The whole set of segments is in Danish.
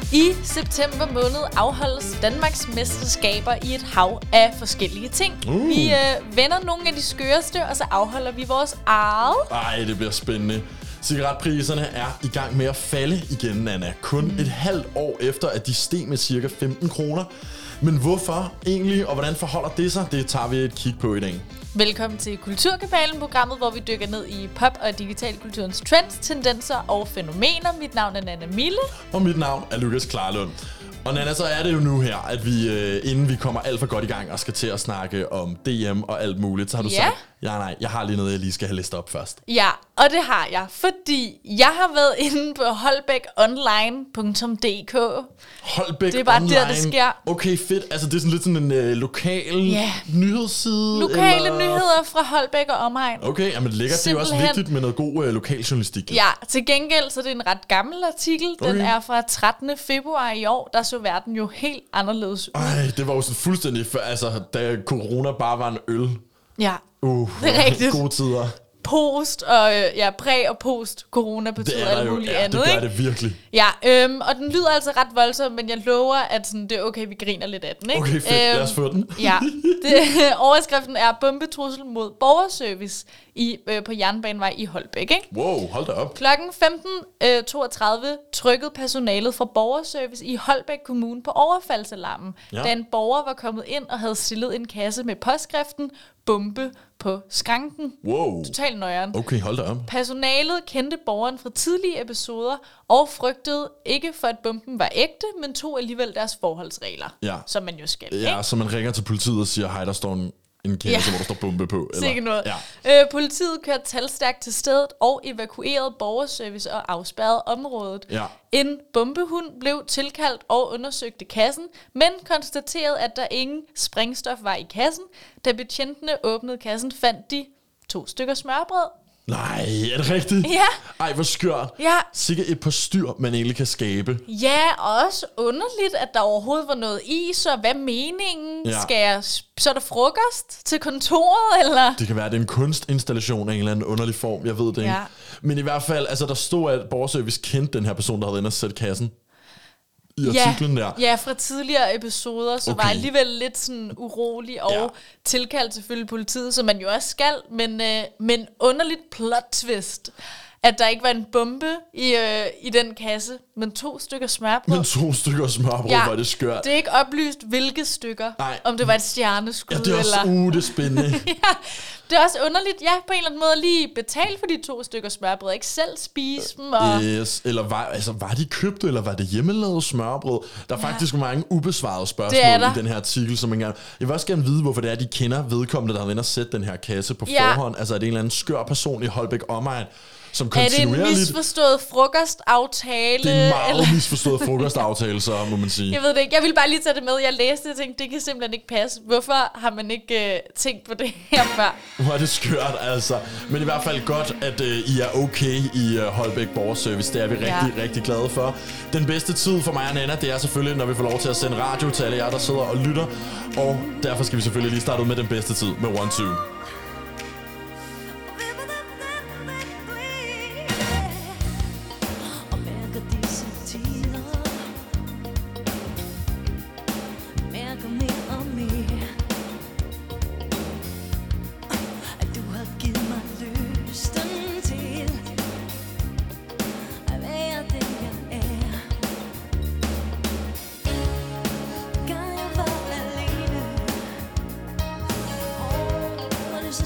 I september måned afholdes Danmarks mesterskaber i et hav af forskellige ting. Vi vender nogle af de skøreste, og så afholder vi vores eget. Ej, det bliver spændende. Cigaretpriserne er i gang med at falde igen, Anna. Kun et halvt år efter, at de steg med cirka 15 kroner. Men hvorfor egentlig, og hvordan forholder det sig? Det tager vi et kig på i dag. Velkommen til Kulturkabalen, programmet, hvor vi dykker ned i pop- og digitalkulturens trends, tendenser og fænomener. Mit navn er Nana Mille. Og mit navn er Lukas Klarlund. Og Nana, så er det jo nu her, at vi, inden vi kommer alt for godt i gang og skal til at snakke om DM og alt muligt, så har du sagt, jeg har lige noget, jeg lige skal have listet op først. Ja, og det har jeg, fordi jeg har været inde på holbækonline.dk. Holbæk Det er bare Online. der, det sker. Okay, fedt. Altså, det er sådan lidt sådan en lokal nyhedsside? Lokale eller? nyheder fra Holbæk og omegn. Okay, jamen lækkert. Det er jo også vigtigt med noget god lokaljournalistik. Ja, til gengæld så er det en ret gammel artikel. Den er fra 13. februar i år. Der så verden jo helt anderledes ud. Ej, det var jo sådan fuldstændig før, altså, da corona bare var en øl. Ja, det er rigtigt. Gode tider. Post og præ- og post-corona betyder alt muligt andet, det gør ikke? det virkelig. Ja, og den lyder altså ret voldsom, men jeg lover, at sådan, det er okay, vi griner lidt af den, ikke? Okay, fedt. Lad os få den. Ja, overskriften er bombetrussel mod borgerservice på Jernbanevej i Holbæk, ikke? Wow, hold da op. Klokken 15.32 trykkede personalet fra borgerservice i Holbæk Kommune på overfaldsalarmen, da en borger var kommet ind og havde stillet en kasse med påskriften bombe på skranken. Wow. Totalt nøjeren. Okay, hold da op. Personalet kendte borgeren fra tidlige episoder og frygtede ikke for, at bomben var ægte, men tog alligevel deres forholdsregler, som man jo skal. Ja, ikke? så man ringer til politiet og siger, hej, der står en kasse, hvor der står bombe på. Eller? Sikke noget. Ja. Politiet kørte talstærkt til stedet og evakuerede borgerservice og afspærrede området. Ja. En bombehund blev tilkaldt og undersøgte kassen, men konstaterede, at der ingen sprængstof var i kassen. Da betjentene åbnede kassen, fandt de 2 stykker smørbrød. Nej, er det rigtigt? Ja. Ej, hvor skørt. Ja. Sikkert et par styr, man egentlig kan skabe. Ja, og også underligt, at der overhovedet var noget i, så hvad er meningen? Ja. Så er der frokost til kontoret, eller? Det kan være, at det er en kunstinstallation af en eller anden underlig form, jeg ved det ikke. Men i hvert fald, altså der stod, at borgerservice kendte den her person, der havde inde og sætte kassen. I artiklen der. Ja, fra tidligere episoder, så var jeg alligevel lidt sådan urolig og tilkaldt selvfølgelig politiet, som man jo også skal, men underligt plot twist, at der ikke var en bombe i den kasse, men 2 stykker smørbrød. Men 2 stykker smørbrød, var det skørt. Det er ikke oplyst, hvilke stykker. Nej. Om det var et stjerneskud. Ja, det er også, eller... det er spændende. Det er også underligt, på en eller anden måde lige betale for de 2 stykker smørbrød, ikke selv spise dem. Og... Yes, eller var de købt, eller var det hjemmelavet smørbrød? Der er faktisk mange ubesvarede spørgsmål i den her artikel, som jeg vil også gerne vide, hvorfor det er, de kender vedkommende, der har været at sætte den her kasse på forhånd. Altså er det en eller anden skør person i Holbæk omegn, som kontinuerligt... Er det en misforstået frokostaftale? Det er en meget misforstået frokostaftale, så må man sige. Jeg ved det ikke. Jeg ville bare lige tage det med. Jeg læste det og tænkte, det kan simpelthen ikke passe. Hvorfor har man ikke tænkt på det her før? Hvor er det skørt, altså. Men i hvert fald godt, at I er okay i Holbæk Borgerservice. Det er vi rigtig, rigtig glade for. Den bedste tid for mig og Nana, det er selvfølgelig, når vi får lov til at sende radio til alle jer, der sidder og lytter. Og derfor skal vi selvfølgelig lige starte ud med den bedste tid med 1-2. What is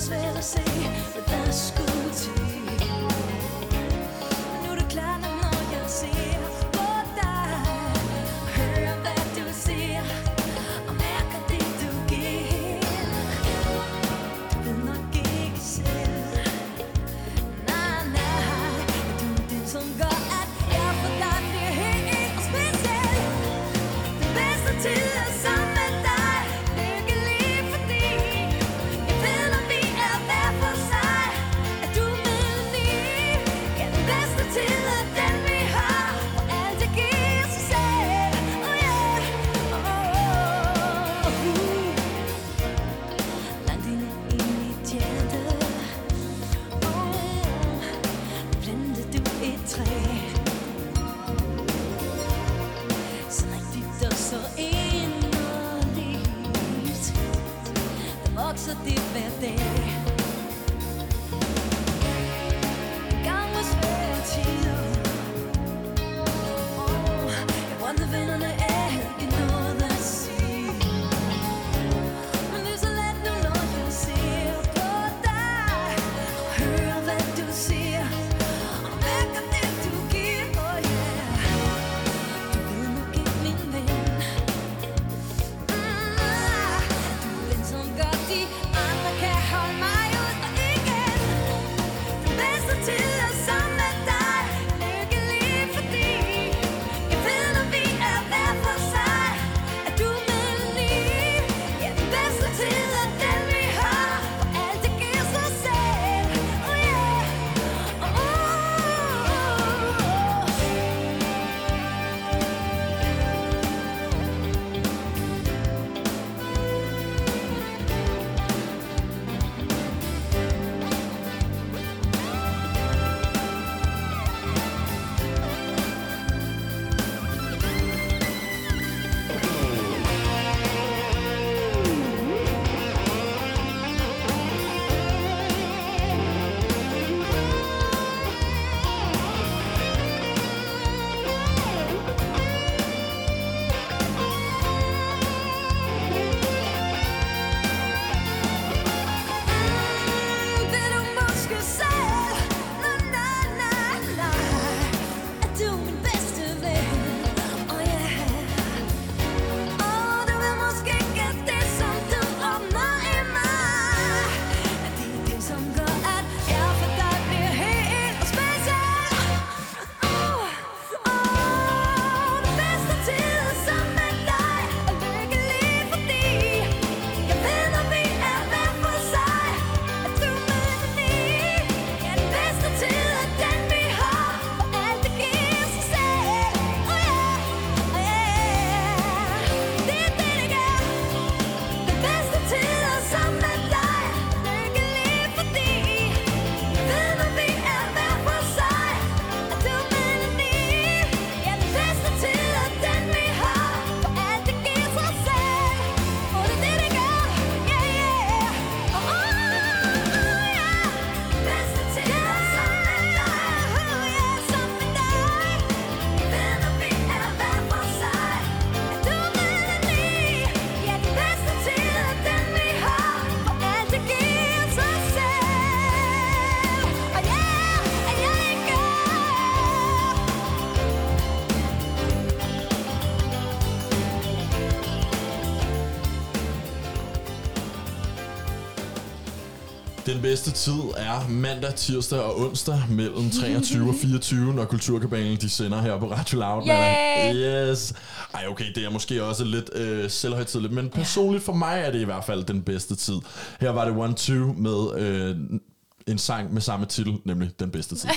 Den bedste tid er mandag, tirsdag og onsdag mellem 23 og 24, når Kulturkabalen de sender her på Radio Loud. Yes. Ej, okay, det er måske også lidt selvhøjtideligt, men personligt for mig er det i hvert fald den bedste tid. Her var det 1-2 med en sang med samme titel, nemlig Den bedste tid.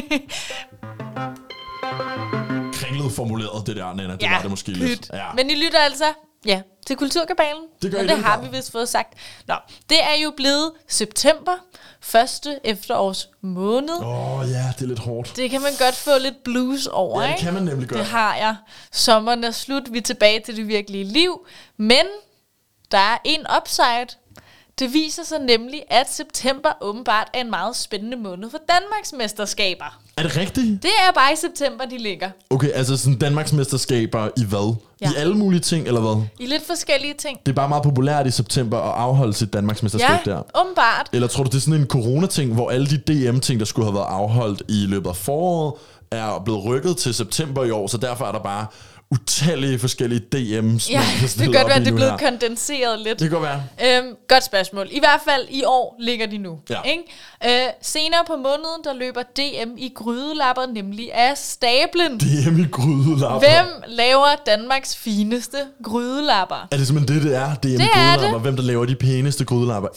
Kringlet formuleret det der, Nana. Det var det måske lidt. Ja. Men I lytter altså til Kulturkabalen. Det har vi vist fået sagt. Nå, det er jo blevet september, første efterårs måned. Ja, det er lidt hårdt. Det kan man godt få lidt blues over, det kan man nemlig godt. Det har jeg. Sommeren er slut, vi er tilbage til det virkelige liv. Men der er en upside. Det viser sig nemlig, at september åbenbart er en meget spændende måned for Danmarksmesterskaber. Er det rigtigt? Det er bare i september, de ligger. Okay, altså sådan Danmarksmesterskaber i hvad? Ja. I alle mulige ting, eller hvad? I lidt forskellige ting. Det er bare meget populært i september at afholde sit Danmarksmesterskab der. Ja, åbenbart. Eller tror du, det er sådan en corona-ting, hvor alle de DM-ting, der skulle have været afholdt i løbet af foråret, er blevet rykket til september i år, så derfor er der bare utallige forskellige DM's. Ja, det kan godt være, at det er blevet kondenseret lidt. Det kan være. Godt spørgsmål. I hvert fald i år ligger de nu. Ja. Ikke? Senere på måneden, der løber DM i grydelapper, nemlig af stablen. DM i grydelapper. Hvem laver Danmarks fineste grydelapper? Er det simpelthen det er? DM i grydelapper. Hvem der laver de pæneste grydelapper?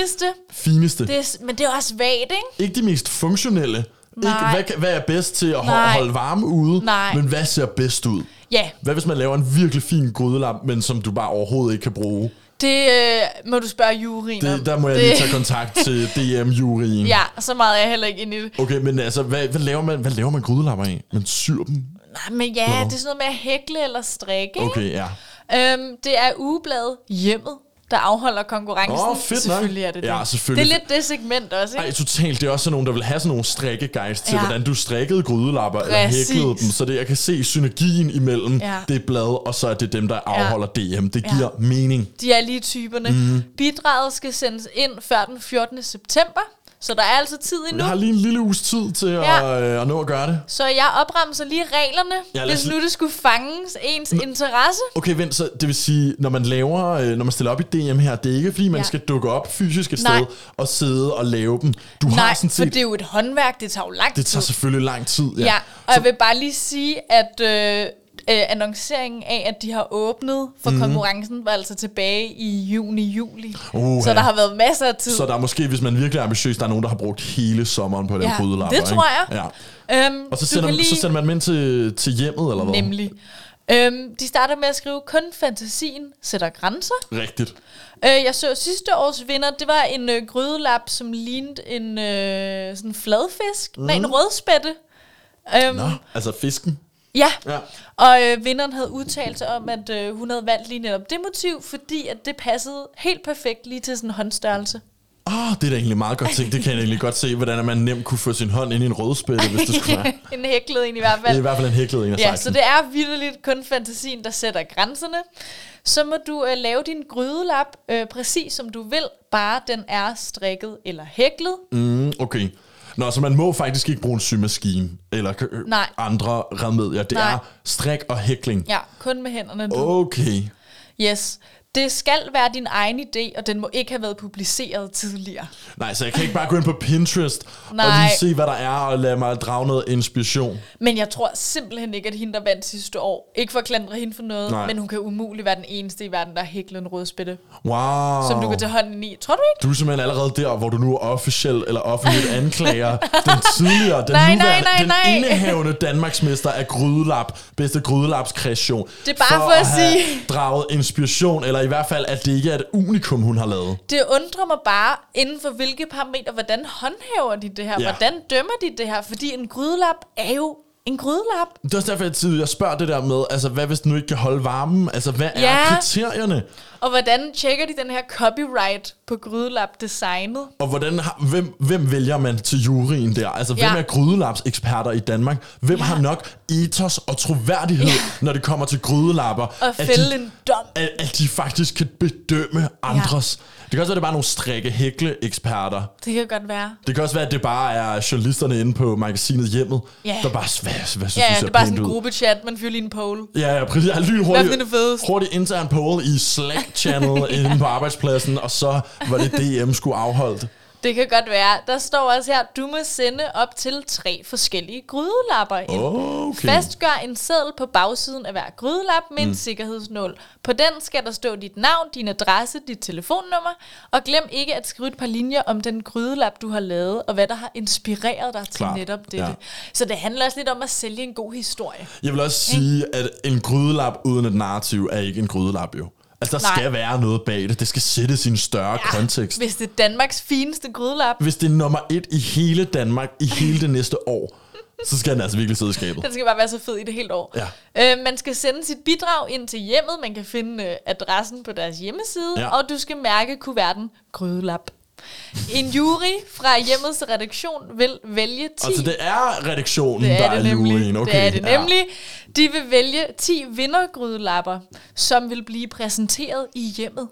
Fineste. Men det er også vagt, ikke? Ikke de mest funktionelle. Ikke, hvad er bedst til at holde varme ude, men hvad ser bedst ud? Ja. Hvad hvis man laver en virkelig fin grydelamp, men som du bare overhovedet ikke kan bruge? Det må du spørge juryen om. Der må jeg lige tage kontakt til DM-juryen. Ja, så meget er jeg heller ikke inde i det. Okay, men altså, hvad laver man grydelapper af? Man syr dem? Nej, men det er sådan noget med at hækle eller strikke. Okay, ja. Det er ugebladet Hjemmet, der afholder konkurrencen. Fedt selvfølgelig nok. Er det det. Ja, selvfølgelig. Det er lidt det segment også, ikke? Ej, totalt. Det er også sådan nogen, der vil have sådan nogle strikkeguides til, hvordan du strikkede grydelapper eller hæklede dem, så det, jeg kan se synergien imellem det blad, og så er det dem, der afholder DM. Det giver mening. De er lige typerne. Bidraget skal sendes ind før den 14. september. Så der er altså tid endnu. Jeg har lige en lille uges tid til at nå at gøre det. Så jeg opremser lige reglerne, hvis nu det skulle fange ens interesse. Okay, vent, så det vil sige, når man stiller op i DM her, det er ikke fordi, man skal dukke op fysisk et sted og sidde og lave dem. For det er jo et håndværk, det tager jo lang tid. Det tager selvfølgelig lang tid, ja. Og jeg vil bare lige sige, at annonceringen af, at de har åbnet for konkurrencen, var altså tilbage i juni-juli. Så der har været masser af tid. Så der er måske, hvis man virkelig er ambitiøs, der er nogen, der har brugt hele sommeren på den grydelapper. Det tror jeg. Ja. Og så sender man dem ind til hjemmet, eller hvad? Nemlig. De starter med at skrive, kun fantasien sætter grænser. Rigtigt. Jeg så sidste års vinder, det var en grydelap, som lignede en sådan fladfisk. Nej, en rødspætte. Altså fisken? Ja. Og vinderen havde udtalt sig om, at hun havde valgt lige netop det motiv, fordi at det passede helt perfekt lige til sådan en håndstørrelse. Det er da egentlig meget godt ting. Det kan jeg egentlig godt se, hvordan man nemt kunne få sin hånd ind i en rødspætte, hvis det skulle være. En hæklet en i hvert fald. Det er i hvert fald en hæklet en af 16. Så det er vitterligt kun fantasien, der sætter grænserne. Så må du lave din grydelap præcis som du vil, bare den er strikket eller hæklet. Okay. Nå, så man må faktisk ikke bruge en symaskine eller andre remedier. Det er strik og hækling. Ja, kun med hænderne. Okay. Yes. Det skal være din egen idé, og den må ikke have været publiceret tidligere. Nej, så jeg kan ikke bare gå ind på Pinterest og lige se, hvad der er, og lade mig drage noget inspiration. Men jeg tror simpelthen ikke, at hende, der vandt sidste år, ikke for at klandre hende for noget, men hun kan umuligt være den eneste i verden, der har hæklet en rødspætte. Wow. Som du kan tage hånden i. Tror du ikke? Du er simpelthen allerede der, hvor du nu er officiel eller offentligt anklager den tidligere, den indehavende Danmarksmester af grydelap, bedste grydelapskreation. Det er bare for at sige, draget inspiration, eller i hvert fald, at det ikke er et unikum, hun har lavet. Det undrer mig bare, inden for hvilke parametre, hvordan håndhæver de det her? Ja. Hvordan dømmer de det her? Fordi en grydelap er jo en grydelap. Det er også derfor, jeg spørger det der med, altså hvad hvis den nu ikke kan holde varmen? Altså hvad er kriterierne? Og hvordan tjekker de den her copyright på grydelap-designet? Og hvem vælger man til juryen der? Altså hvem er grydelapseksperter i Danmark? Hvem har nok ethos og troværdighed, når det kommer til grydelapper? Og fælde en dom. At de faktisk kan bedømme andres. Det kan også være, at det er bare nogle strikke-hækle-eksperter. Det kan godt være. Det kan også være, at det bare er journalisterne inde på magasinet Hjemmet, der bare synes, det er bare sådan en gruppechat, man fylder lige en poll. Ja, præcis. Jeg har hurtigt intern poll i Slack-channel inde på arbejdspladsen, og så var det DM skulle afholdt. Det kan godt være. Der står også her, du må sende op til 3 forskellige grydelapper ind. Okay. Fastgør en seddel på bagsiden af hver grydelap med en sikkerhedsnål. På den skal der stå dit navn, din adresse, dit telefonnummer, og glem ikke at skrive et par linjer om den grydelap, du har lavet, og hvad der har inspireret dig til netop dette. Ja. Så det handler også lidt om at sælge en god historie. Jeg vil også sige, at en grydelap uden et narrativ er ikke en grydelap jo. Altså, der skal være noget bag det. Det skal sættes i en større kontekst. Hvis det er Danmarks fineste grydelap. Hvis det er nummer 1 i hele Danmark i hele det næste år, så skal den altså virkelig sidde i skabet. Den skal bare være så fed i det helt år. Ja. Man skal sende sit bidrag ind til hjemmet. Man kan finde adressen på deres hjemmeside. Og du skal mærke kuverten grydelap. En jury fra hjemmets redaktion vil vælge 10... Altså det er redaktionen, der er juryen. Okay. Det er det nemlig. De vil vælge 10 vindergrydelapper, som vil blive præsenteret i hjemmet.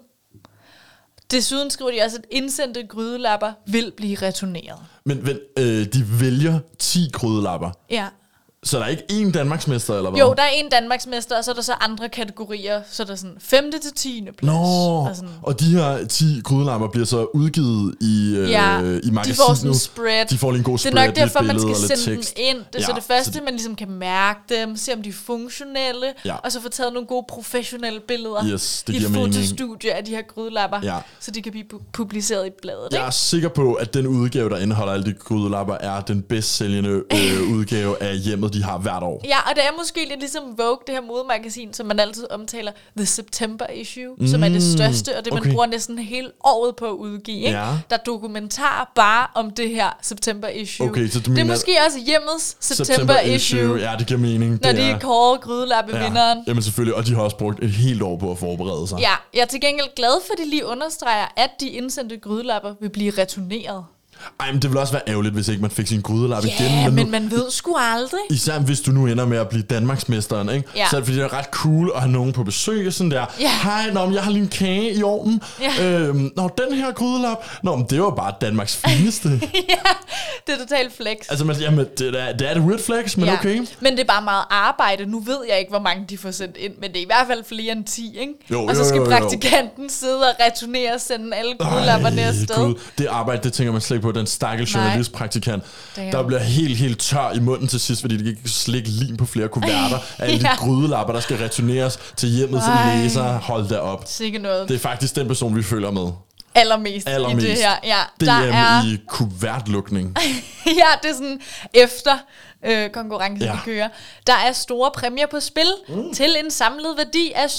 Desuden skriver de også, at indsendte grydelapper vil blive returneret. Men de vælger 10 grydelapper? Ja. Så der er ikke én Danmarksmester, eller hvad? Jo, der er en Danmarksmester, og så er der så andre kategorier. Så er der sådan 5. til 10. plads. Og de her 10 grydelapper bliver så udgivet i magasinet. De får sådan en spread. De får lige en god spread, det er nok derfor, man skal sende tekst. dem ind. Det er så det første, man ligesom kan mærke dem, se om de er funktionelle, og så få taget nogle gode professionelle billeder i et fotostudie af de her grydelapper, så de kan blive publiceret i bladet. Jeg er sikker på, at den udgave, der indeholder alle de grydelapper, er den bedst sælgende udgave af hjemmet, de har hvert år. Ja, og det er måske lidt ligesom Vogue, det her modemagasin, som man altid omtaler, The September Issue, som er det største, og det man bruger næsten hele året på at udgive. Ikke? Ja. Der er dokumentar bare om det her September Issue. Okay, så det er måske også hjemmets September Issue. Ja, det giver mening. Når de kårer grydelappe-vinderen. Jamen selvfølgelig, og de har også brugt et helt år på at forberede sig. Ja, jeg er til gengæld glad for, at de lige understreger, at de indsendte grydelapper vil blive returneret. Ej, men det vil også være ærgerligt, hvis ikke man fik sin grydelap igen. Ja, men man ved sgu aldrig. Især hvis du nu ender med at blive Danmarksmesteren, ikke? Ja. Så er det fordi, det er ret cool at have nogen på besøg, sådan der. Ja. Hej, jeg har lige en kage i ovnen. Ja. Den her grydelap. Men det var bare Danmarks fineste. Ja, det er totalt flex. Altså, jamen, det er et weird flex, men okay. Men det er bare meget arbejde. Nu ved jeg ikke, hvor mange de får sendt ind, men det er i hvert fald flere end 10, ikke? Og så skal praktikanten sidde og returnere og sende alle grydelapperne afsted. Det arbejde, det tænker man slet på. Den stakkels journalistpraktikant, der bliver helt tør i munden til sidst, fordi de ikke slikke lim på flere kuverter af alle de grydelapper, der skal returneres til hjemmets læser. Hold da op. Noget. Det er faktisk den person, vi følger med. Allermest i det her. Ja, DM i kuvertlukning. Ja, det er sådan efter konkurrencen kører. Der er store præmier på spil til en samlet værdi af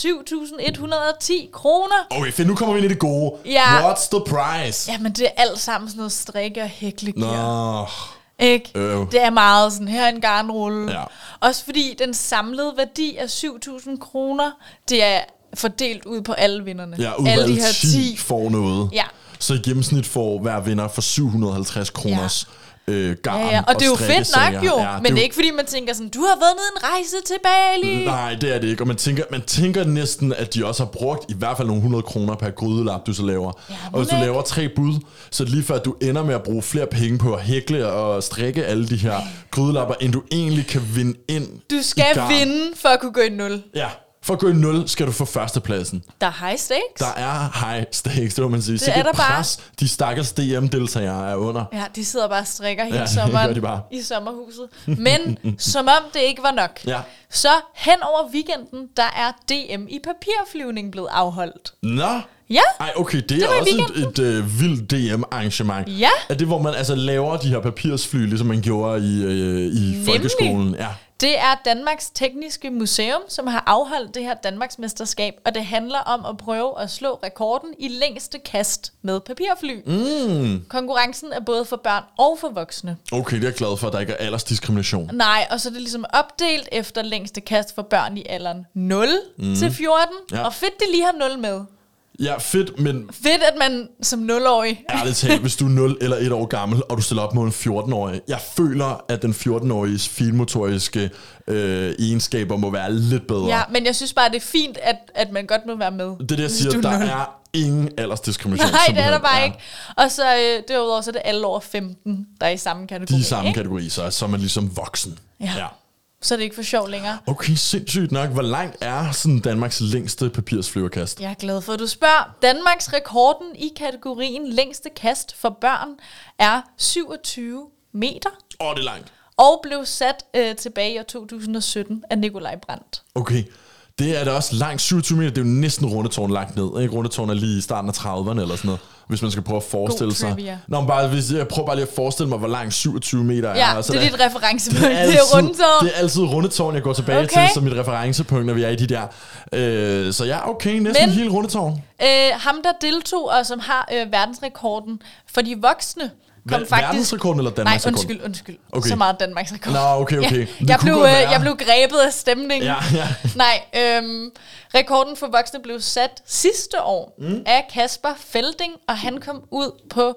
7.110 kroner. Okay, for nu kommer vi ind i det gode. Ja. What's the price? Jamen, det er alt sammen sådan noget strikke og hæklegear. Ikke? Det er meget sådan, her er en garnrulle. Ja. Også fordi den samlede værdi af 7.000 kroner, det er fordelt ud på alle vinderne. Ja, alle de her 10 får noget. Ja. Så i gennemsnit får hver vinder for 750 kroners garn og det er jo fedt nok jo, men det er ikke fordi man tænker sådan, du har vundet en rejse til Bali. Nej, det er det ikke, og man tænker næsten, at de også har brugt i hvert fald nogle 100 kroner per grydelap, du så laver. Og hvis du laver 3 bud, så er det lige før, at du ender med at bruge flere penge på at hækle og strikke alle de her grydelapper, end du egentlig kan vinde ind. Du skal vinde for at kunne gå i 0. Ja. For at gå i 0 skal du få førstepladsen. Der er high stakes. Der er high stakes, det må man sige. Så det pres, de stakkels DM-deltagere er under. Ja, de sidder bare og strikker hele sommeren i sommerhuset. Men som om det ikke var nok, så hen over weekenden, der er DM i papirflyvning blevet afholdt. Nå? Ja. Ej, okay, det er også et vildt DM-arrangement. Ja. Er det, hvor man altså laver de her papirsfly, ligesom man gjorde i folkeskolen? Ja. Det er Danmarks Tekniske Museum, som har afholdt det her Danmarksmesterskab, og det handler om at prøve at slå rekorden i længste kast med papirfly. Konkurrencen er både for børn og for voksne. Okay, det er jeg glad for, at der ikke er aldersdiskrimination. Nej, og så er det ligesom opdelt efter længste kast for børn i alderen 0 til 14, og fedt, de lige har 0 med. Ja, fedt, men... Fedt, at man som 0-årig... Ærligt talt, hvis du er 0 eller 1 år gammel, og du stiller op mod en 14-årig. Jeg føler, at den 14-åriges finmotoriske egenskaber må være lidt bedre. Ja, men jeg synes bare, det er fint, at man godt må være med. Det er det, jeg siger, der er ingen aldersdiskrimination. Nej, det er der bare ikke. Og så derudover, så er det alle over 15, der er i samme kategori. De er i samme kategori, så er man ligesom voksen. Ja. så er det ikke for sjov længere. Okay, sindssygt nok. Hvor langt er sådan Danmarks længste papirsflyverkast? Jeg er glad for, at du spørger. Danmarks rekorden i kategorien længste kast for børn er 27 meter. Det er langt. Og blev sat tilbage i år 2017 af Nikolaj Brandt. Okay. Det er da også langt, 27 meter, det er jo næsten Rundetårn langt ned. Ikke? Rundetårn er lige i starten af 30'erne eller sådan noget, hvis man skal prøve at forestille sig. Nå, men jeg prøver bare lige at forestille mig, hvor langt 27 meter er. Ja, altså, det er dit referencepunkt, det er Rundetårn. Det er altid Rundetårn, jeg går tilbage til som mit referencepunkt, når vi er i de der. Så ja, okay, næsten hele Rundetårn. Ham, der deltog, og som har verdensrekorden for de voksne, verdensrekorden eller Danmarksrekorden? Nej, undskyld. Okay. Så meget Danmarksrekord. Nå, okay. Jeg blev grebet af stemningen. Ja. Nej, rekorden for voksne blev sat sidste år af Kasper Felding, og han kom ud på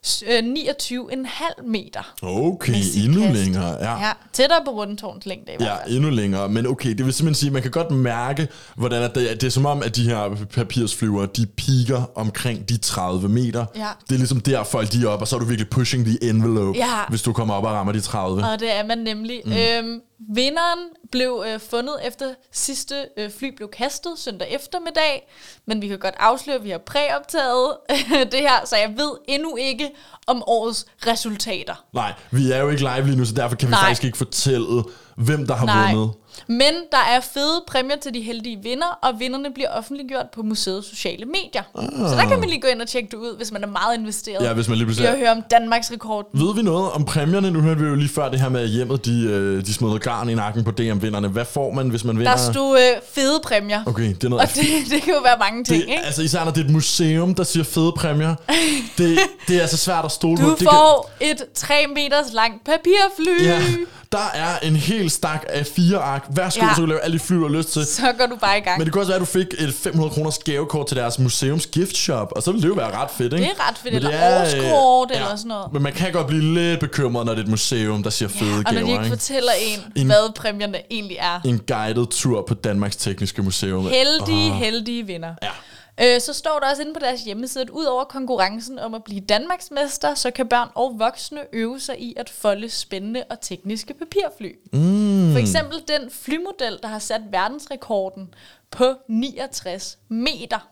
29,5 meter. Okay, endnu længere. Ja, tættere på Rundetårns længde i hvert fald. Ja, endnu længere. Men okay, det vil simpelthen sige, at man kan godt mærke, hvordan det er som om, at de her papirsflyvere, de piker omkring de 30 meter. Ja. Det er ligesom der folk de er op, og så er du virkelig pushing the envelope, hvis du kommer op og rammer de 30. Og det er man nemlig. Vinderen blev fundet efter sidste fly blev kastet søndag eftermiddag, men vi kan godt afsløre, at vi har præoptaget det her, så jeg ved endnu ikke om årets resultater. Nej, vi er jo ikke live lige nu, så derfor kan vi faktisk ikke fortælle, hvem der har vundet. Men der er fede præmier til de heldige vinder, og vinderne bliver offentliggjort på museets sociale medier. Så der kan man lige gå ind og tjekke det ud, hvis man er meget investeret. Ja, hvis man lige pludselig at høre om Danmarks rekord. Ved vi noget om præmierne? Nu hørte vi jo lige før det her med hjemmet, de smed garn i nakken på DM-vinderne. Hvad får man, hvis man vinder? Der stod fede præmier. Okay, det er noget. Og det kan jo være mange ting, ikke? Altså især når det er et museum, der siger fede præmier. Det er altså svært at stole på. Du får et 3 meters langt papirfly. Ja. Der er en hel stak af 4 ark. Værsgo, så du lave alle de fly, du har lyst til. Så går du bare i gang. Men det kunne også være, at du fik et 500 kroners gavekort til deres museums gift shop, og så ville det jo være ret fedt, ikke? Det er ret fedt, eller årskort eller sådan noget. Men man kan godt blive lidt bekymret, når det er et museum, der siger fede gaver, og når de ikke fortæller hvad præmierne egentlig er. En guided tur på Danmarks Tekniske Museum. Heldige vinder. Ja. Så står der også inde på deres hjemmeside, at ud over konkurrencen om at blive Danmarksmester, så kan børn og voksne øve sig i at folde spændende og tekniske papirfly. For eksempel den flymodel, der har sat verdensrekorden på 69 meter.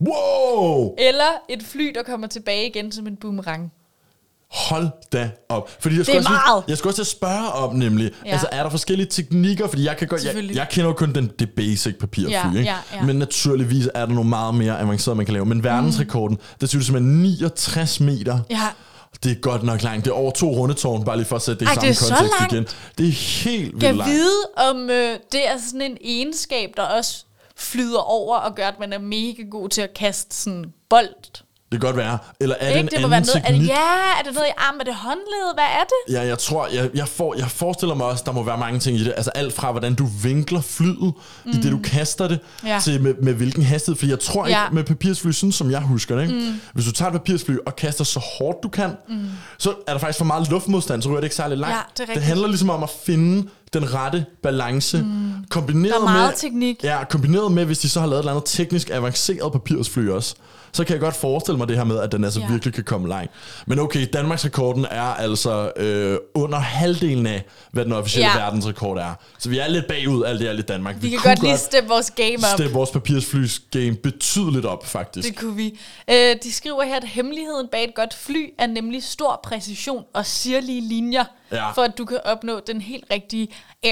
Wow! Eller et fly, der kommer tilbage igen som en boomerang. Hold da op. Fordi jeg skulle også spørge om nemlig, altså er der forskellige teknikker, fordi jeg kender jo kun det basic papirfly, ikke? Men naturligvis er der nogle meget mere avancerede, man kan lave. Men verdensrekorden, der synes simpelthen 69 meter. Ja. Det er godt nok langt. Det er over 2 rundetårn, bare lige for at sætte det i samme kontekst igen. Det er helt vildt langt. Jeg vide, om det er sådan en egenskab, der også flyder over og gør, at man er mega god til at kaste sådan bold. Det kan godt være. Eller er det en anden teknik? Er det noget i armen? Er det håndledet? Hvad er det? Ja, jeg tror, jeg forestiller mig også, der må være mange ting i det. Altså alt fra, hvordan du vinkler flyet i det, du kaster det, til med hvilken hastighed. Fordi jeg tror ikke med papirsfly, sådan som jeg husker det, ikke? Hvis du tager et papirsfly og kaster så hårdt du kan, så er der faktisk for meget luftmodstand, så ryger det ikke særlig langt. Ja, det handler ligesom om at finde den rette balance. Kombineret der er meget teknik. Ja, kombineret med, hvis de så har lavet et eller andet teknisk avanceret papirsfly også, så kan jeg godt forestille mig det her med, at den altså virkelig kan komme langt. Men okay, Danmarksrekorden er altså under halvdelen af, hvad den officielle verdensrekord er. Så vi er lidt bagud, alt det er lidt Danmark. Vi kan godt lige steppe vores game op. Steppe vores papirsflys game betydeligt op, faktisk. Det kunne vi. De skriver her, at hemmeligheden bag et godt fly er nemlig stor præcision og sirlige linjer, for at du kan opnå den helt rigtige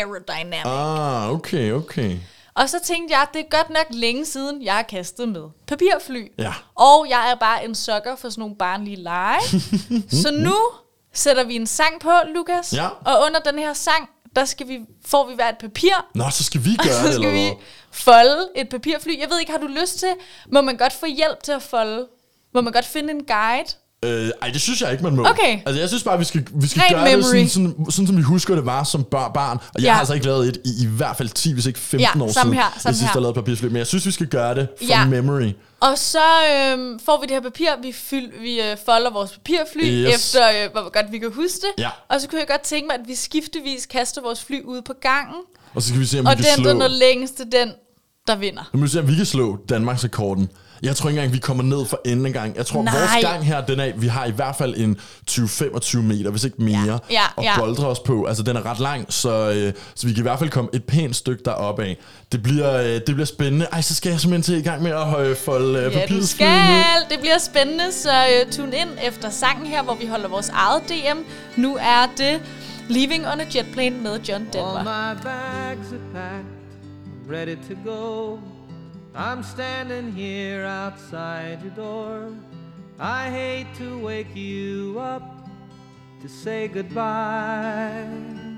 aerodynamic. Okay. Og så tænkte jeg, at det er godt nok længe siden, jeg har kastet med papirfly. Ja. Og jeg er bare en sukker for sådan nogle barnlige lege. Så nu sætter vi en sang på, Lukas. Ja. Og under den her sang, får vi hver et papir. Nå, så skal vi gøre det, så skal vi folde et papirfly. Jeg ved ikke, har du lyst til? Må man godt få hjælp til at folde? Må man godt finde en guide? Det synes jeg ikke, man må. Okay. Altså, jeg synes bare, vi skal gøre det sådan, som vi husker, det var som barn. Og jeg har altså ikke lavet et i hvert fald 10, hvis ikke 15 år siden, jeg sidst har lavet papirfly. Men jeg synes, vi skal gøre det from memory. Og så får vi det her papir, vi folder vores papirfly, efter hvor godt vi kan huske det. Ja. Og så kunne jeg godt tænke mig, at vi skiftevis kaster vores fly ude på gangen. Og så skal vi se, om vi kan slå. Og den er længste, den der vinder. Nu må vi se, om vi kan slå Danmarks rekorden. Jeg tror ikke engang, vi kommer ned for enden gang. Jeg tror, vores gang her, den er, vi har i hvert fald en 20-25 meter, hvis ikke mere, og boldre os på. Altså, den er ret lang, så vi kan i hvert fald komme et pænt stykke deroppe af. Det bliver spændende. Ej, så skal jeg simpelthen til i gang med at folde papiret. Du skal. Det bliver spændende, så tune ind efter sangen her, hvor vi holder vores eget DM. Nu er det Leaving on a Jet Plane med John Denver. All my bags are packed, ready to go. I'm standing here outside your door. I hate to wake you up to say goodbye,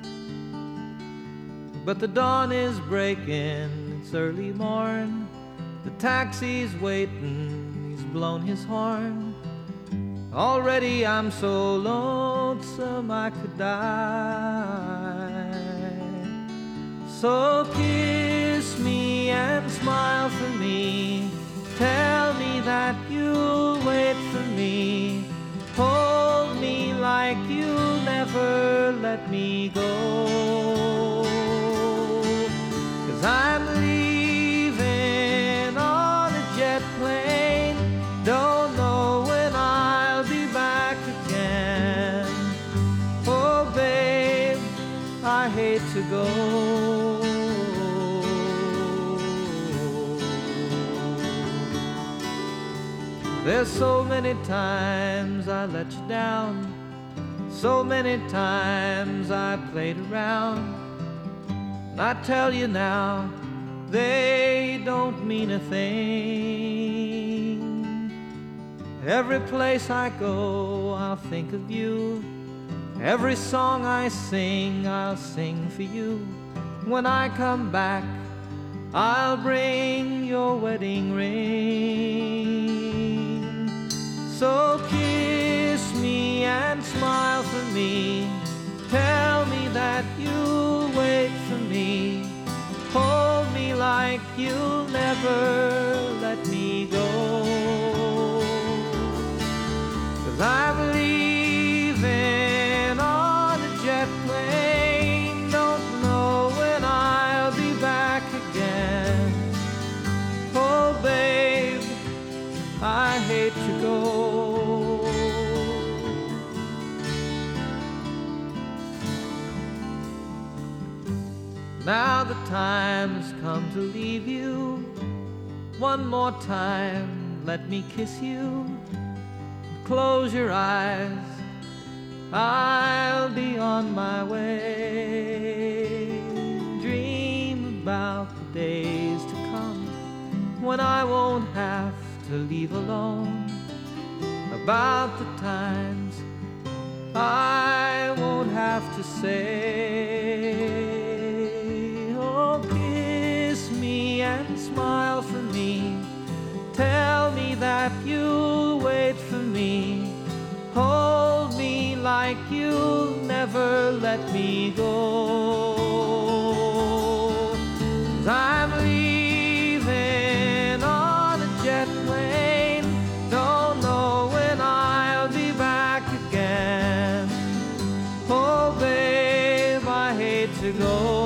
but the dawn is breaking, it's early morn. The taxi's waiting, he's blown his horn. Already I'm so lonesome I could die. So kiss me and smile for me. Tell me that you'll wait for me. Hold me like you'll never let me go. 'Cause I'm leaving on a jet plane. Don't know when I'll be back again. Oh babe, I hate to go. There's so many times I let you down, so many times I played around. And I tell you now, they don't mean a thing. Every place I go, I'll think of you. Every song I sing, I'll sing for you. When I come back, I'll bring your wedding ring. So kiss me and smile for me. Tell me that you'll wait for me. Hold me like you'll never let me go. 'Cause I'm leaving on a jet plane. Don't know when I'll be back again. Oh babe, I hate to go. Now the time's come to leave you. One more time, let me kiss you. Close your eyes, I'll be on my way. Dream about the days to come when I won't have to leave alone. About the times I won't have to say. Oh, kiss me and smile for me. Tell me that you'll wait for me. Hold me like you'll never let me go. 'Cause I'm leaving on a jet plane. Don't know when I'll be back again. Oh babe, I hate to go.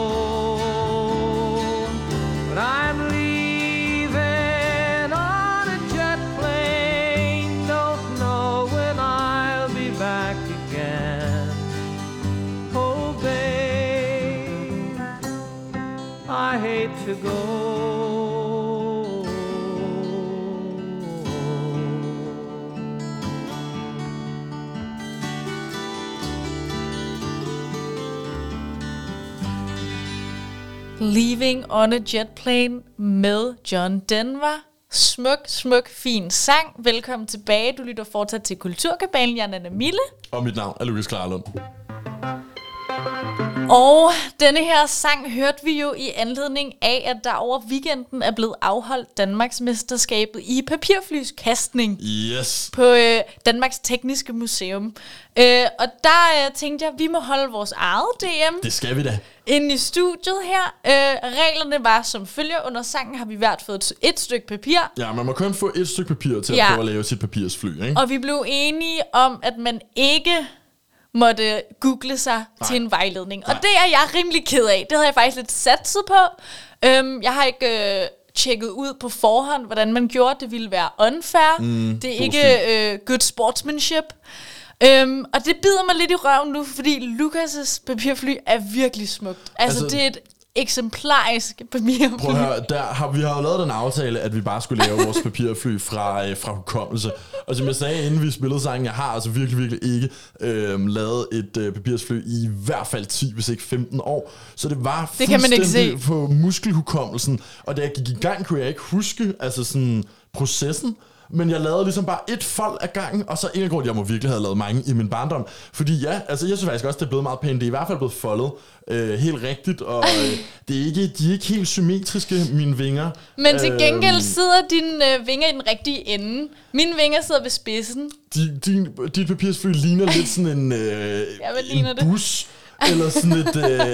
To go. Leaving on a Jet Plane med John Denver. Smuk, fin sang. Velkommen tilbage. Du lytter fortsat til Kulturkabalen. Jeg er Nanna Mille. Og mit navn er Lukas Klarlund. Og denne her sang hørte vi jo i anledning af, at der over weekenden er blevet afholdt Danmarksmesterskabet i papirflyskastning. Yes. På Danmarks Tekniske Museum. Og der tænkte jeg, at vi må holde vores eget DM. Det skal vi da. Inde i studiet her. Reglerne var som følger. Under sangen har vi hvert fået et stykke papir. Ja, man må kun få et stykke papir til at prøve at lave sit papirsfly, ikke? Og vi blev enige om, at man ikke måtte google sig til en vejledning. Og det er jeg rimelig ked af. Det havde jeg faktisk lidt satset på. Jeg har ikke tjekket ud på forhånd, hvordan man gjorde. Det ville være unfair. Det er ikke good sportsmanship. Og det bider mig lidt i røven nu, fordi Lukas' papirfly er virkelig smukt. Altså det er et eksemplarisk papirfly. Prøv at høre, vi har jo lavet den aftale, at vi bare skulle lave vores papirfly fra hukommelse. Og som jeg sagde, inden vi spillede sangen, jeg har altså virkelig ikke lavet et papirsfly i hvert fald 10, hvis ikke 15 år. Så det var fuldstændig på muskelhukommelsen. Og da jeg gik i gang, kunne jeg ikke huske altså sådan processen. Men jeg lavede ligesom bare et fold af gangen, og så en grund, jeg må virkelig have lavet mange i min barndom. Fordi ja, altså jeg synes faktisk også, det er blevet meget pænt. Det er i hvert fald blevet foldet helt rigtigt, og de er ikke helt symmetriske, mine vinger. Men til gengæld sidder dine vinger i den rigtige ende. Mine vinger sidder ved spidsen. Dit papirsfly ligner lidt sådan en bus. Eller sådan et,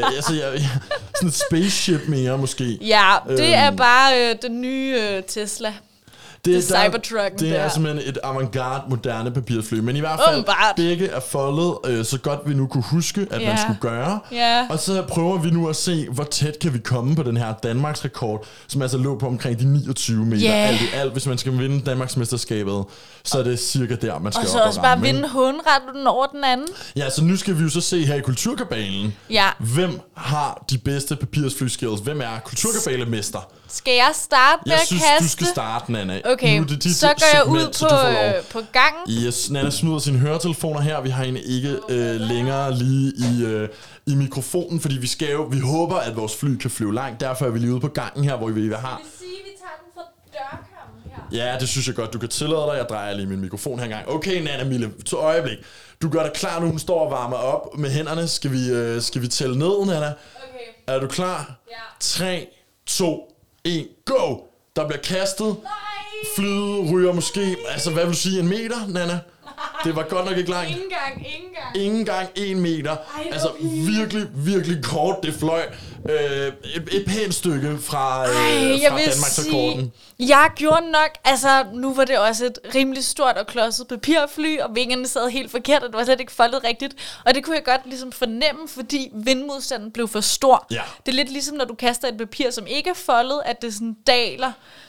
sådan et spaceship mere, måske. Ja, det er bare den nye Tesla. Det er Cybertrucken. Det er simpelthen et avantgarde moderne papirsfly. Men i hvert fald, begge er foldet, så godt vi nu kunne huske, at man skulle gøre. Og så prøver vi nu at se, hvor tæt kan vi komme på den her Danmarks rekord, som altså lå på omkring de 29 meter. Alt. Hvis man skal vinde Danmarksmesterskabet, så er det cirka der, man skal op og ramme. Og så også bare vinde håndretten over den anden. Ja, så nu skal vi jo så se her i Kulturkabalen, hvem har de bedste papirsfly-skills? Hvem er Kulturkabalemester? Skal jeg starte med at kaste? Jeg synes, du skal starte, Nana. Okay, så går jeg ud på gangen. Yes, Nana smider sine høretelefoner her. Vi har hende ikke længere lige i mikrofonen, fordi vi håber, at vores fly kan flyve langt. Derfor er vi lige ude på gangen her, hvor vi har... Det vil sige, at vi tager den fra dørkammen her. Ja, det synes jeg godt, du kan tillade dig. Jeg drejer lige min mikrofon her engang. Okay, Nana Mille, til øjeblik. Du gør dig klar nu. Hun står og varmer op med hænderne. Skal vi tælle ned, Nana? Okay. Er du klar? Ja. 3, 2, 1, go! Der bliver kastet. Nej. Flyet ryger måske, altså hvad vil du sige, 1 meter, Nana? Nej. Det var godt nok ikke langt. Ingen gang 1 meter. Ej, altså virkelig kort, det fløj. Et pænt stykke fra Danmarksrekorden. Jeg gjorde nok, altså nu var det også et rimelig stort og klodset papirfly, og vingerne sad helt forkert, og det var slet ikke foldet rigtigt. Og det kunne jeg godt ligesom fornemme, fordi vindmodstanden blev for stor. Ja. Det er lidt ligesom, når du kaster et papir, som ikke er foldet, at det sådan daler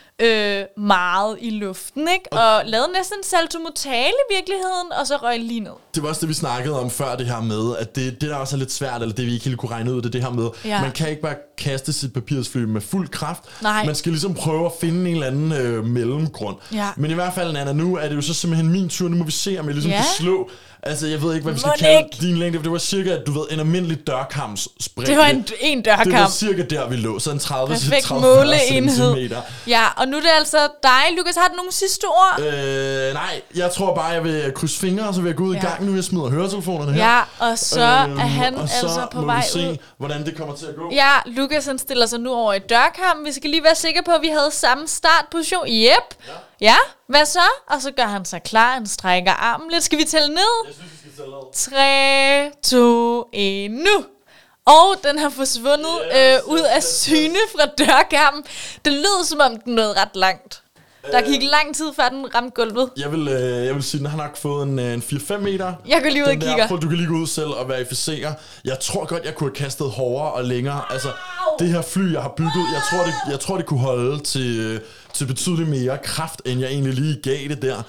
meget i luften, ikke? Og lavede næsten en salto mortale i virkeligheden, og så røg lige ned. Det var også det, vi snakkede om før, det her med, at det der også er lidt svært, eller det vi ikke helt kunne regne ud, det her med, man kan ikke bare kaste sit papirsfly med fuld kraft. Nej. Man skal ligesom prøve at finde en eller anden mellemgrund. Ja. Men i hvert fald, Nana, nu er det jo så simpelthen min tur. Nu må vi se, om jeg ligesom kan slå. Altså, jeg ved ikke, hvad vi skal kalde din længde. Det var cirka, du ved, en almindelig dørkampsspring. Det var en dørkamp. Det var cirka der, vi lå. Så en 30 måleenhed. Ja, og nu er det altså dig, Lukas. Har du nogle sidste ord? Nej, jeg tror bare, jeg vil krydse fingre, og så vil jeg gå ud i gang nu. Jeg smider høretelefonerne her. Ja, og så er han altså på vej ud. Så må vi se, hvordan det kommer til at gå. Ja, Lukas han stiller sig nu over i dørkampen. Vi skal lige være sikre på, at vi havde samme startposition. Yep. Ja, hvad så? Og så gør han sig klar, han strækker armen lidt. Skal vi tælle ned? Jeg synes, vi skal tælle ned. 3, 2, 1, nu! Og den har forsvundet ud af syne fra dørkampen. Det lød, som om den nåede ret langt. Der gik lang tid, før den ramte gulvet. Jeg vil sige, den har nok fået en 4-5 meter. Jeg går lige ud og kigger. Du kan lige gå ud selv og verificere. Jeg tror godt, jeg kunne have kastet hårdere og længere. Altså, det her fly, jeg har bygget, jeg tror, det kunne holde til betydeligt mere kraft, end jeg egentlig lige gav det der.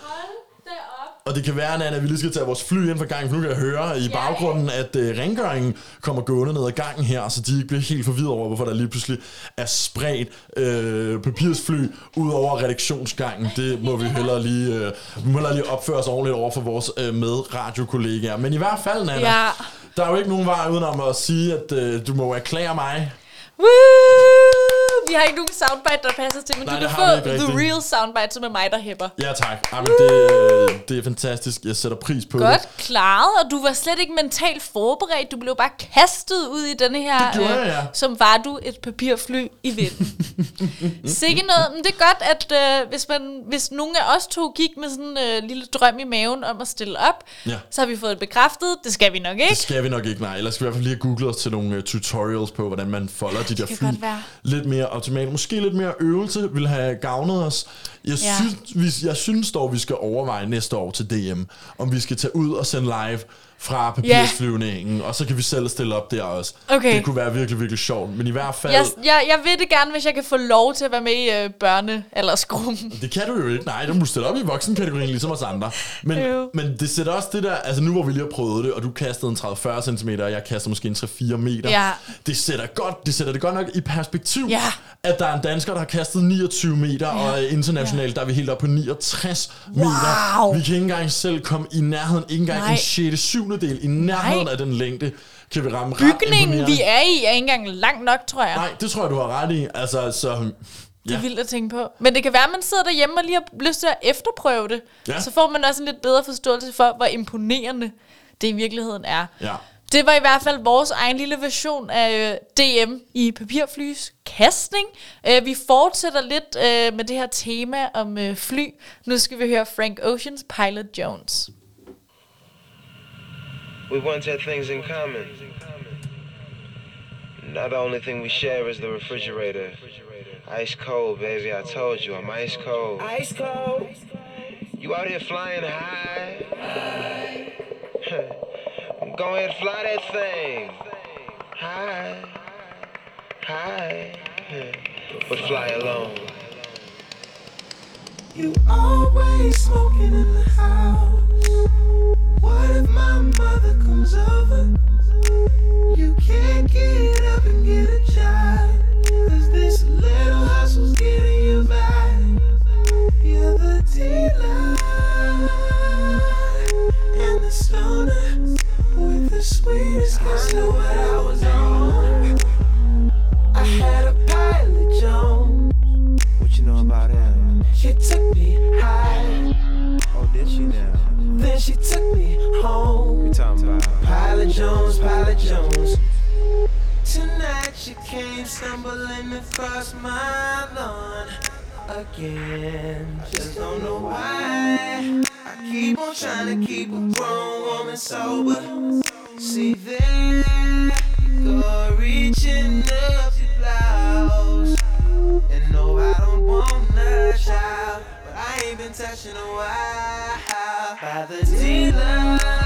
Og det kan være, Nana, at vi lige skal tage vores fly ind for gangen, for nu kan jeg høre i baggrunden, at rengøringen kommer gående ned ad gangen her, så de ikke bliver helt forvirret over, hvorfor der lige pludselig er spredt papirsfly ud over redaktionsgangen. Det må vi hellere lige opføre os ordentligt over for vores medradiokollegaer. Men i hvert fald, Nana, der er jo ikke nogen vej udenom at sige, at du må erklære mig. Woo! Vi har ikke nogen soundbite, der passer til, men du kan få the real soundbite, som er mig, der hæpper. Ja, tak. Jamen, det er fantastisk. Jeg sætter pris på Godt klaret, og du var slet ikke mentalt forberedt. Du blev bare kastet ud i denne her, det gjorde jeg, som var du et papirfly i vinden. Sikke noget. Men det er godt, at hvis nogen af os to gik med sådan en lille drøm i maven om at stille op, så har vi fået det bekræftet. Det skal vi nok ikke. Det skal vi nok ikke, nej. Ellers skal vi i hvert fald lige have googlet os til nogle tutorials på, hvordan man folder de der fly lidt mere automatisk. Måske lidt mere øvelse vil have gavnet os. Jeg synes dog, vi skal overveje næste år til DM, om vi skal tage ud og sende live fra papirsflyvningen, og så kan vi selv stille op der også. Okay. Det kunne være virkelig, virkelig sjovt, men i hvert fald... Jeg vil det gerne, hvis jeg kan få lov til at være med i børne-aldersgruppen. Det kan du jo ikke. Nej, du må stille op i voksenkategorien, ligesom os andre. Men det sætter også det der... Altså nu hvor vi lige har prøvet det, og du kastede en 30-40 cm, og jeg kaster måske en 3-4 meter. Ja. Det sætter det godt nok i perspektiv, ja. at der er en dansker, der har kastet 29 meter, og internationalt, der er vi helt op på 69 meter. Vi kan ikke engang selv komme i nærheden, ikke engang en 6/7 del i nærheden af den længde, kan vi ramme. Bygningen, vi er i, er ikke engang langt nok, tror jeg. Nej, det tror jeg, du har ret i. Altså, så... Det er vildt at tænke på. Men det kan være, at man sidder derhjemme og lige har lyst til at efterprøve det. Ja. Så får man også en lidt bedre forståelse for, hvor imponerende det i virkeligheden er. Ja. Det var i hvert fald vores egen lille version af DM i papirflys kastning. Vi fortsætter lidt med det her tema om fly. Nu skal vi høre Frank Ocean's Pilot Jones. We once had things in common. Now the only thing we share is the refrigerator. Ice cold, baby, I told you, I'm ice cold. Ice cold. You out here flying high. Go ahead, fly that thing. High. High. But fly alone. You always smoking in the house. What if my mother comes over? You can't get up and get a job, 'cause this little hustle's getting you by. You're the dealer and the stoner with the sweetest kiss. I knew what I was on. I had a Pilot Jones. What you know about him? She took me high. Oh, did she now? Then she took me home. You talking about Pilot Jones, Pilot Jones. Tonight she came stumbling across my lawn again. Just don't know why. I keep on trying to keep a grown woman sober. See there you go, reaching up your blouse. And no, I don't want a child, but I ain't been touching a while. By the dealer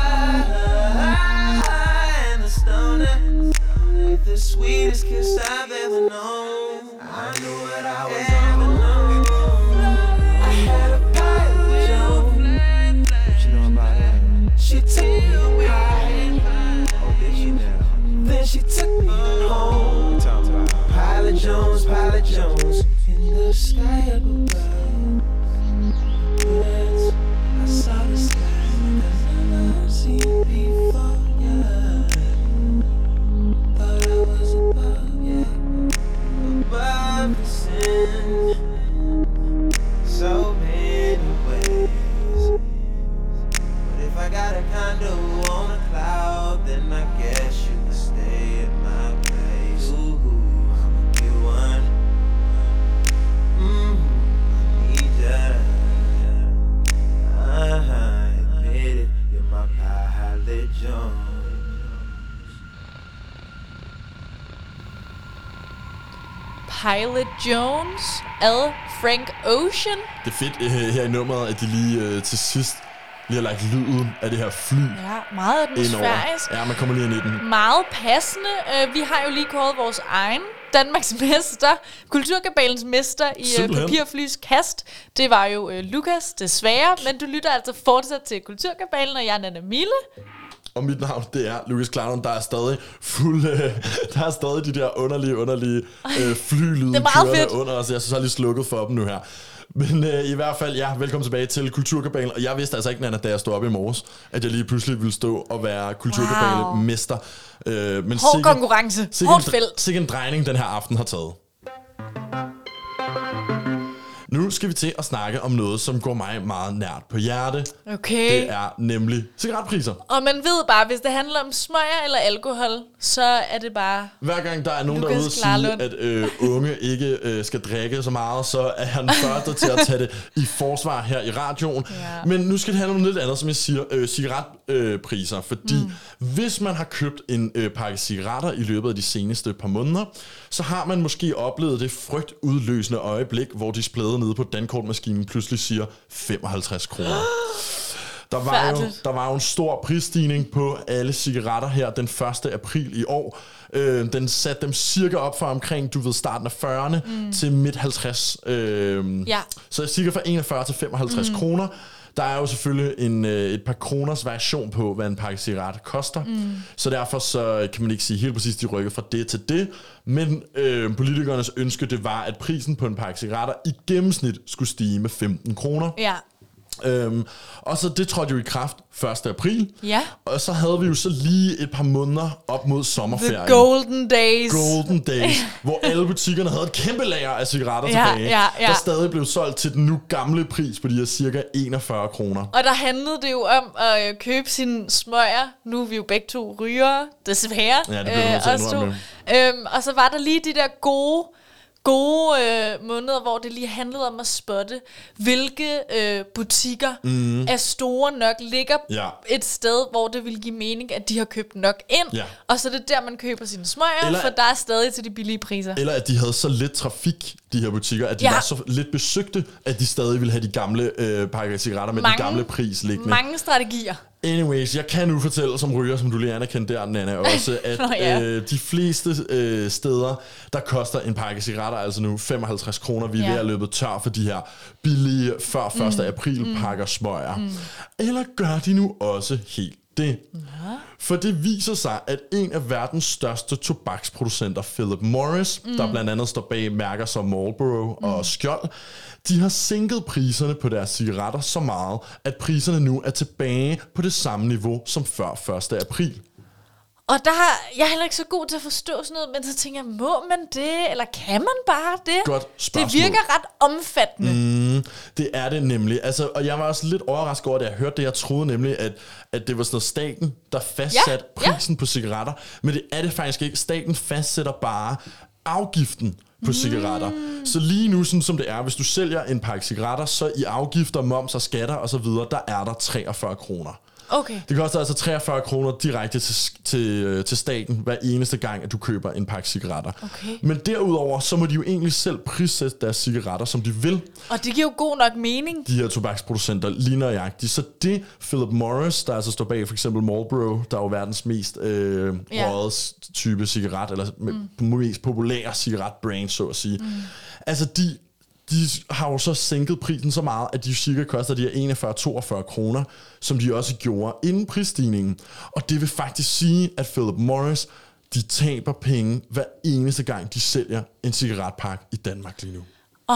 and the stoner with the sweetest kiss I've ever known. I knew what I was on. I had a Pilot Jones. What you know about that? She took me high. Oh, did she now? Then she took me home. You talking about Pilot Jones, Pilot Jones. In the sky up above, I saw the sky I've never seen before. Yeah. Thought I was above, yeah, above the sin. So many ways. But if I got a condo on a cloud, then I guess you could stay at my place. Ooh, you want? I need ya. Admit it, you're my Pilot Jones. Pilot Jones ad Frank Ocean. Det er fedt her i nummeret, at de lige til sidst lige har lagt lyden af det her fly. Ja, meget atmosfærisk. Ja, man kommer lige ind i den. Meget passende. Vi har jo lige kåret vores egen Danmarks mester, Kulturkabalens mester i papirflys kast. Det var jo Lukas, desværre, men du lytter altså fortsat til Kulturkabalen, og jeg er Nana Mille. Og mit navn, det er Lukas Klarlund. Der er stadig der er stadig de der underlige flylyde kørende under os. Jeg så lige slukket for dem nu her. Men i hvert fald, ja, velkommen tilbage til Kulturkabalen. Og jeg vidste altså ikke, Nana, da jeg stod op i morges, at jeg lige pludselig ville stå og være Kulturkabale-mester. Hård konkurrence. Hårdt felt. Sikke en drejning, den her aften har taget. Nu skal vi til at snakke om noget, som går mig meget nært på hjerte. Okay. Det er nemlig cigaretpriser. Og man ved bare, hvis det handler om smøger eller alkohol, så er det bare... Hver gang der er nogen, der er ude at sige, at unge ikke skal drikke så meget, så er han første til at tage det i forsvar her i radioen. Ja. Men nu skal det handle om lidt andet, som jeg siger, cigaretpriser. Fordi hvis man har købt en pakke cigaretter i løbet af de seneste par måneder, så har man måske oplevet det frygtudløsende øjeblik, hvor displayet nede på dankortmaskinen pludselig siger 55 kroner. Der var jo en stor prisstigning på alle cigaretter her den 1. april i år. Den satte dem cirka op fra omkring, starten af 40'erne til midt 50. Så cirka fra 41 til 55 kroner. Der er jo selvfølgelig et par kroners variation på, hvad en pakke cigaretter koster. Så derfor så kan man ikke sige helt præcis, de rykkede fra det til det. Men politikernes ønske, det var, at prisen på en pakke cigaretter i gennemsnit skulle stige med 15 kroner. Ja. Og så det trådte jo i kraft 1. april. Ja. Og så havde vi jo så lige et par måneder op mod sommerferien. The golden days. Golden days, hvor alle butikkerne havde et kæmpe lager af cigaretter tilbage, der stadig blev solgt til den nu gamle pris på de her cirka 41 kroner. Og der handlede det jo om at købe sine smøger. Nu er vi jo begge to rygere, desværre. Ja, det bliver nødt til at indrømme. Og så var der lige de der gode måneder, hvor det lige handlede om at spotte, hvilke butikker er store nok, ligger et sted, hvor det vil give mening, at de har købt nok ind, og så er det der, man køber sine smøger, for der er stadig til de billige priser. Eller at de havde så lidt trafik, de her butikker, at de var så lidt besøgte, at de stadig ville have de gamle pakker cigaretter med den gamle pris liggende. Mange strategier. Anyways, jeg kan nu fortælle som ryger, som du lige anerkendte der, Nana, også, at de fleste steder, der koster en pakke cigaretter altså nu 55 kroner. Vi er ved at løbe tør for de her billige før 1. april pakker smøger. Eller gør de nu også helt det? For det viser sig, at en af verdens største tobaksproducenter, Philip Morris, der blandt andet står bag mærker som Marlboro og Skjold, de har sænket priserne på deres cigaretter så meget, at priserne nu er tilbage på det samme niveau som før 1. april. Og jeg er heller ikke så god til at forstå sådan noget, men så tænker jeg, må man det, eller kan man bare det? Godt spørgsmål. Det virker ret omfattende. Det er det nemlig. Altså, og jeg var også lidt overrasket over, da jeg hørte det. Jeg troede nemlig, at det var sådan noget staten, der fastsatte prisen på cigaretter. Men det er det faktisk ikke. Staten fastsætter bare afgiften på cigaretter. Så lige nu, sådan som det er, hvis du sælger en pakke cigaretter, så i afgifter, moms og skatter osv., der er der 43 kroner. Okay. Det koster altså 43 kroner direkte til staten hver eneste gang, at du køber en pakke cigaretter. Okay. Men derudover, så må de jo egentlig selv prissætte deres cigaretter, som de vil. Og det giver jo god nok mening. De her tobaksproducenter lige nøjagtigt. Så det Philip Morris, der altså står bag for eksempel Marlboro, der er jo verdens mest røde type cigaret, eller mest populære cigaretbrand, så at sige. Altså de har jo så sænket prisen så meget, at de cirka koster de her 41-42 kroner, som de også gjorde inden prisstigningen. Og det vil faktisk sige, at Philip Morris, de taber penge hver eneste gang, de sælger en cigaretpakke i Danmark lige nu. Og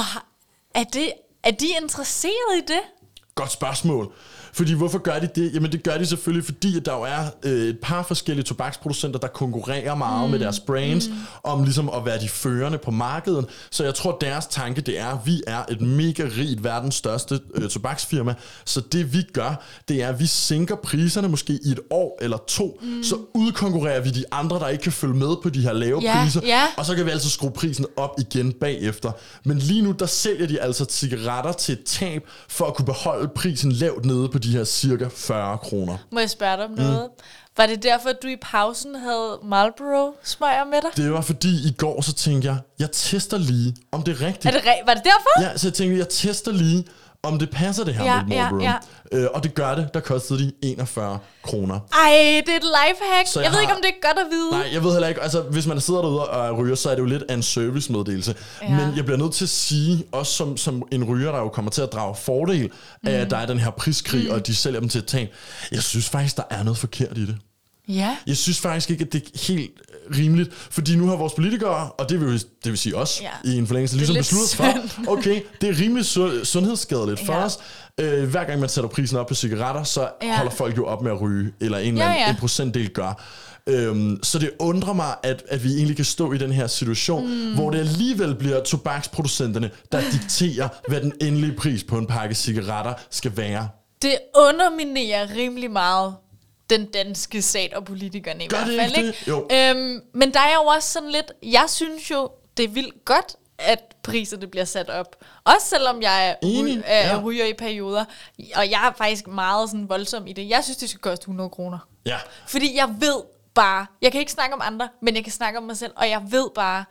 er de interesseret i det? Godt spørgsmål. Fordi hvorfor gør de det? Jamen det gør de selvfølgelig, fordi at der jo er et par forskellige tobaksproducenter, der konkurrerer meget med deres brands, om ligesom at være de førende på markedet. Så jeg tror, deres tanke det er, at vi er et mega rigt, verdens største tobaksfirma. Så det vi gør, det er, at vi sænker priserne måske i et år eller to, så udkonkurrerer vi de andre, der ikke kan følge med på de her lave priser, og så kan vi altså skrue prisen op igen bagefter. Men lige nu, der sælger de altså cigaretter til et tab, for at kunne beholde prisen lavt nede på de her cirka 40 kroner. Må jeg spørge dig om noget? Var det derfor, at du i pausen havde Marlboro smøger med dig? Det var fordi i går, så tænkte jeg tester lige, om det er rigtigt. Var det derfor? Ja, så jeg tænkte, jeg tester lige, om det passer det her med Marlboro. Og det gør det. Der kostede de 41 kroner. Ej, det er et lifehack. Jeg ved ikke, om det er godt at vide. Nej, jeg ved heller ikke. Altså, hvis man sidder derude og ryger, så er det jo lidt af en servicemeddelelse. Men jeg bliver nødt til at sige, også som en ryger, der jo kommer til at drage fordel af, at der er den her priskrig, og de sælger dem til et tab. Jeg synes faktisk, der er noget forkert i det. Ja. Jeg synes faktisk ikke, at det er helt rimeligt, fordi nu har vores politikere, og det vil sige os, i en forlængelse, ligesom besluttet for, okay, det er rimelig sundhedsskadeligt for os. Hver gang man sætter prisen op på cigaretter, så holder folk jo op med at ryge, eller en procentdel gør. Så det undrer mig, at vi egentlig kan stå i den her situation, hvor det alligevel bliver tobaksproducenterne, der dikterer, hvad den endelige pris på en pakke cigaretter skal være. Det underminerer rimelig meget den danske stat og politikerne i hvert fald, ikke? Jo. Men der er jo også sådan lidt, jeg synes jo, det er vildt godt, at priserne bliver sat op. Også selvom jeg ryger i perioder, og jeg er faktisk meget sådan voldsom i det. Jeg synes, det skal koste 100 kroner. Ja. Fordi jeg ved bare, jeg kan ikke snakke om andre, men jeg kan snakke om mig selv, og jeg ved bare,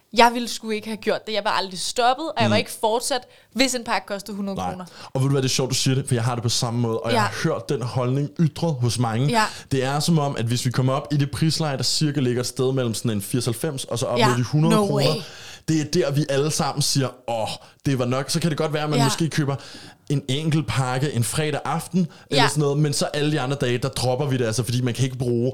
Jeg ville sgu ikke have gjort det. Jeg var aldrig stoppet, og jeg var ikke fortsat, hvis en pakke kostede 100 kroner. Og ved du hvad, det er sjovt, du siger det, for jeg har det på samme måde, og jeg har hørt den holdning ytret hos mange. Ja. Det er som om, at hvis vi kommer op i det prisleje, der cirka ligger et sted mellem sådan en 80-90, og så op mod de 100 kroner, det er der, vi alle sammen siger, det var nok. Så kan det godt være, at man måske køber en enkelt pakke en fredag aften, eller sådan noget, men så alle de andre dage, der dropper vi det, altså, fordi man kan ikke bruge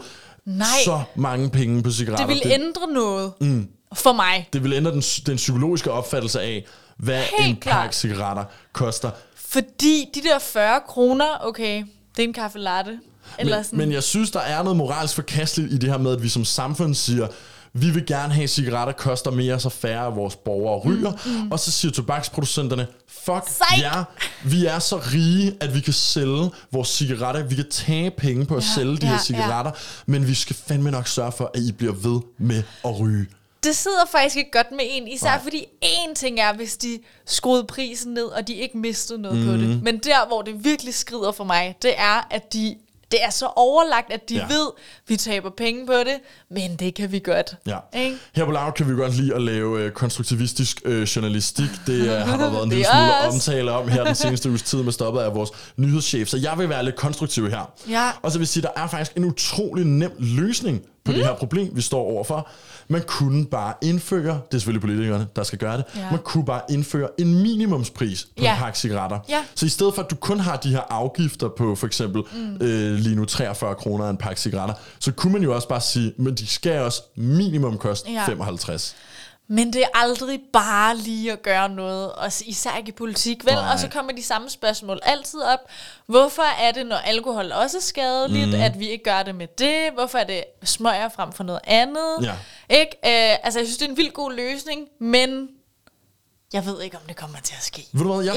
så mange penge på cigaretter. Det vil ændre noget for mig. Det vil ændre den psykologiske opfattelse af, hvad en pakke cigaretter koster. Fordi de der 40 kroner, okay, det er en kaffe latte. Eller men jeg synes, der er noget moralsk forkasteligt i det her med, at vi som samfund siger, vi vil gerne have, at cigaretter koster mere, så færre af vores borgere ryger. Og så siger tobaksproducenterne, fuck jer, vi er så rige, at vi kan sælge vores cigaretter. Vi kan tage penge på at sælge de her cigaretter, men vi skal fandme nok sørge for, at I bliver ved med at ryge. Det sidder faktisk ikke godt med en, især fordi en ting er, hvis de skruede prisen ned, og de ikke mistede noget på det. Men der, hvor det virkelig skrider for mig, det er, at det er så overlagt, at de ved, vi taber penge på det, men det kan vi godt. Ja. Her på Loud kan vi godt lide at lave konstruktivistisk journalistik. Det har der været en lille smule omtale om her den seneste uges tid med stoppet af vores nyhedschef. Så jeg vil være lidt konstruktiv her. Ja. Og så vil jeg sige, der er faktisk en utrolig nem løsning på det her problem, vi står overfor. Man kunne bare indføre, det er selvfølgelig politikerne, der skal gøre det, man kunne bare indføre en minimumspris på en pakke cigaretter. Ja. Så i stedet for, at du kun har de her afgifter på for eksempel lige nu 43 kroner en pakke cigaretter, så kunne man jo også bare sige, men de skal også minimum koste 55. Men det er aldrig bare lige at gøre noget, og især ikke i politik, vel? Nej. Og så kommer de samme spørgsmål altid op. Hvorfor er det, når alkohol også er skadeligt, at vi ikke gør det med det? Hvorfor er det smøger frem for noget andet? Ja. Ikke? Altså, jeg synes, det er en vildt god løsning, men jeg ved ikke, om det kommer til at ske. Ved du hvad,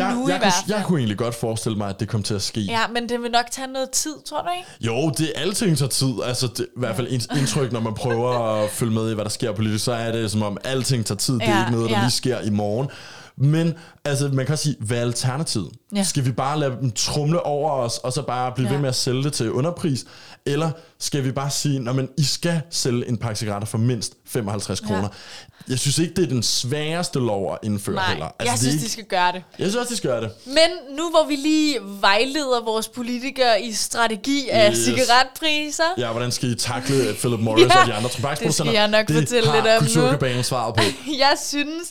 jeg kunne egentlig godt forestille mig, at det kom til at ske. Ja, men det vil nok tage noget tid, tror du ikke? Jo, alting tager tid. Altså, det, i hvert fald indtryk, når man prøver at følge med i, hvad der sker politisk, så er det som om, alting tager tid. Det er ikke noget, der lige sker i morgen. Men altså, man kan sige, hvad er alternativet? Ja. Skal vi bare lade dem trumle over os, og så bare blive ved med at sælge det til underpris? Eller skal vi bare sige, at I skal sælge en pakke cigaretter for mindst 55 kroner? Jeg synes ikke, det er den sværeste lov at indføre heller. Altså, jeg synes, de skal gøre det. Jeg synes også, de skal gøre det. Men nu hvor vi lige vejleder vores politikere i strategi af cigaretpriser. Ja, hvordan skal I takle Philip Morris og de andre tobaksproducenter? Det skal jeg nok fortælle lidt om nu. Det har Kulturkabalen svaret på. Jeg synes,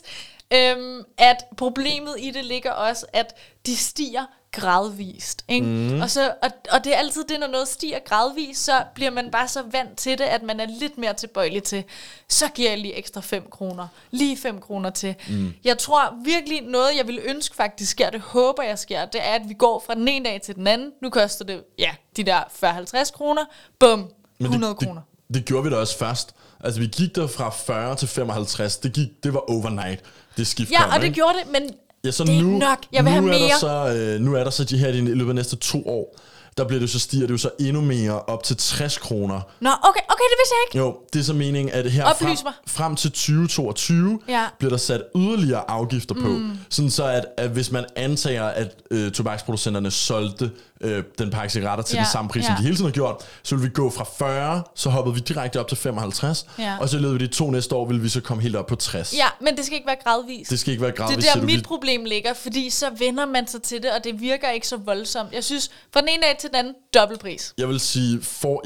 at problemet i det ligger også, at de stiger gradvist, ikke? Og det er altid det, når noget stiger gradvist, så bliver man bare så vant til det, at man er lidt mere tilbøjelig til, så giver jeg lige ekstra 5 kroner, lige 5 kroner til. Jeg tror virkelig noget, jeg ville ønske faktisk sker, det håber jeg sker, det er, at vi går fra den ene dag til den anden. Nu koster det, de der 40-50 kroner, bum, 100 kroner. Det gjorde vi da også først. Altså, vi gik der fra 40 til 55. Det var overnight. Det skift kom, og det gjorde det, men så det er nu, nok. Jeg vil have mere. Nu er der så de her i løbet af næste 2 år. Der bliver det så stiger det jo så endnu mere op til 60 kroner. Nå, okay, det vidste jeg ikke. Jo, det er så meningen, at her frem til 2022 bliver der sat yderligere afgifter på. Sådan så, at hvis man antager, at tobaksproducenterne solgte den pakke cigaretter til den samme pris, som de hele tiden har gjort, så vil vi gå fra 40, så hoppede vi direkte op til 55, og så i løbet af de 2 næste år vil vi så komme helt op på 60. Ja, men det skal ikke være gradvist. Det skal ikke være gradvist. Det er der mit problem ligger, fordi så vender man sig til det, og det virker ikke så voldsomt. Jeg synes, fra den ene dag til den anden, dobbeltpris. Jeg vil sige,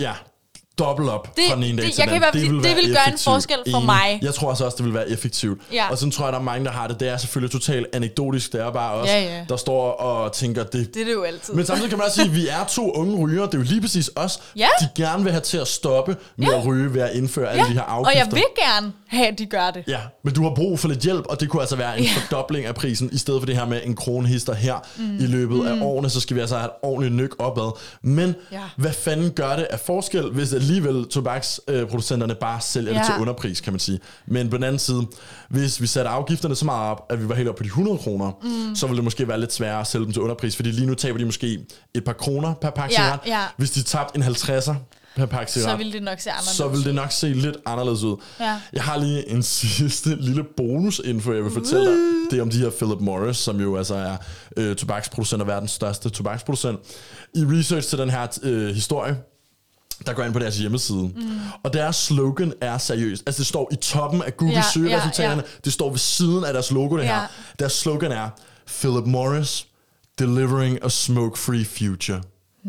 dobbelt op fra den ene dag til den anden. Det vil gøre en forskel for mig. Jeg tror også, det vil være effektivt. Ja. Og sådan tror jeg, der er mange, der har det. Det er selvfølgelig totalt anekdotisk. Det er bare os, der står og tænker det. Det er det jo altid. Men samtidig kan man også sige, at vi er 2 unge rygere. Det er jo lige præcis os, de gerne vil have til at stoppe med at ryge ved at indføre alle de her afgifter. Og jeg vil gerne have, at de gør det. Ja, men du har brug for lidt hjælp, og det kunne altså være en fordobling af prisen, i stedet for det her med en kronehister her i løbet af årene. Så skal vi altså have et ordentligt nyk opad. Men hvad fanden gør det af forskel, hvis alligevel tobaksproducenterne bare sælger det til underpris, kan man sige. Men på den anden side, hvis vi satte afgifterne så meget op, at vi var helt oppe på de 100 kroner, så ville det måske være lidt sværere at sælge dem til underpris, fordi lige nu taber de måske et par kroner per pakke cigaret. Hvis de tabte en 50'er per pakke cigaret, så ville det nok se anderledes Så ville det nok se lidt anderledes ud. Jeg har lige en sidste lille bonusinfo, jeg vil fortælle dig. Det er om de her Philip Morris, som jo altså er tobaksproducent og verdens største tobaksproducent. I research til den her historie, der går ind på deres hjemmeside. Og deres slogan er seriøst. Altså det står i toppen af Google søgeresultaterne. Det står ved siden af deres logo, det her. Deres slogan er Philip Morris, delivering a smoke-free future.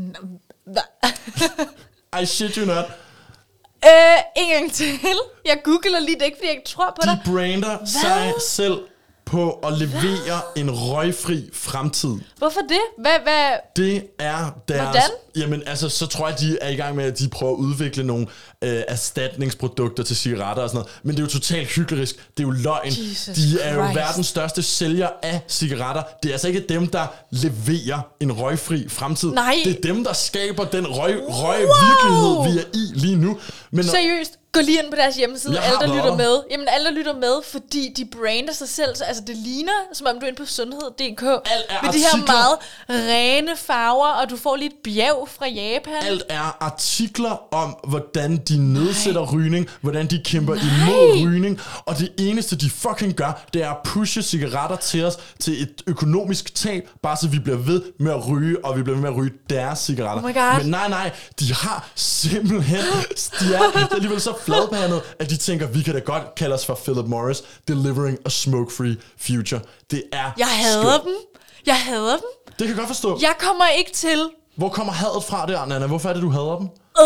I shit you not. En gang til. Jeg googler lige det, ikke fordi jeg ikke tror på dig. De brander sig selv på at levere en røgfri fremtid. Hvorfor det? Hvad? Det er deres... Hvordan? Jamen, altså, så tror jeg, de er i gang med, at de prøver at udvikle nogle erstatningsprodukter til cigaretter og sådan noget. Men det er jo totalt hyklerisk. Det er jo løgn. Jesus de er jo Christ. verdens største sælger af cigaretter. Det er altså ikke dem, der leverer en røgfri fremtid. Nej. Det er dem, der skaber den røgvirkelighed, vi er i lige nu. Men Seriøst, gå lige ind på deres hjemmeside, Jeg alle har der lytter været der. med. Jamen alle der lytter med, fordi de brander sig selv. Så, altså det ligner, som om du er inde på sundhed.dk. Med de her artikler. meget rene farver, og du får lige et bjerg fra Japan. alt er artikler om, hvordan de nedsætter rygning, hvordan de kæmper imod rygning, og det eneste, de fucking gør, det er at pushe cigaretter til os til et økonomisk tab, bare så vi bliver ved med at ryge, og vi bliver ved med at ryge deres cigaretter. Oh my God. Men nej, de har simpelthen, de er alligevel så fladpandet, at de tænker, vi kan da godt kalde os for Philip Morris, delivering a smoke-free future. Det er Jeg hader dem. Jeg hader dem. Det kan jeg godt forstå. Jeg kommer ikke til. Hvor kommer hadet fra der, Nana? Hvorfor er det, du hader dem?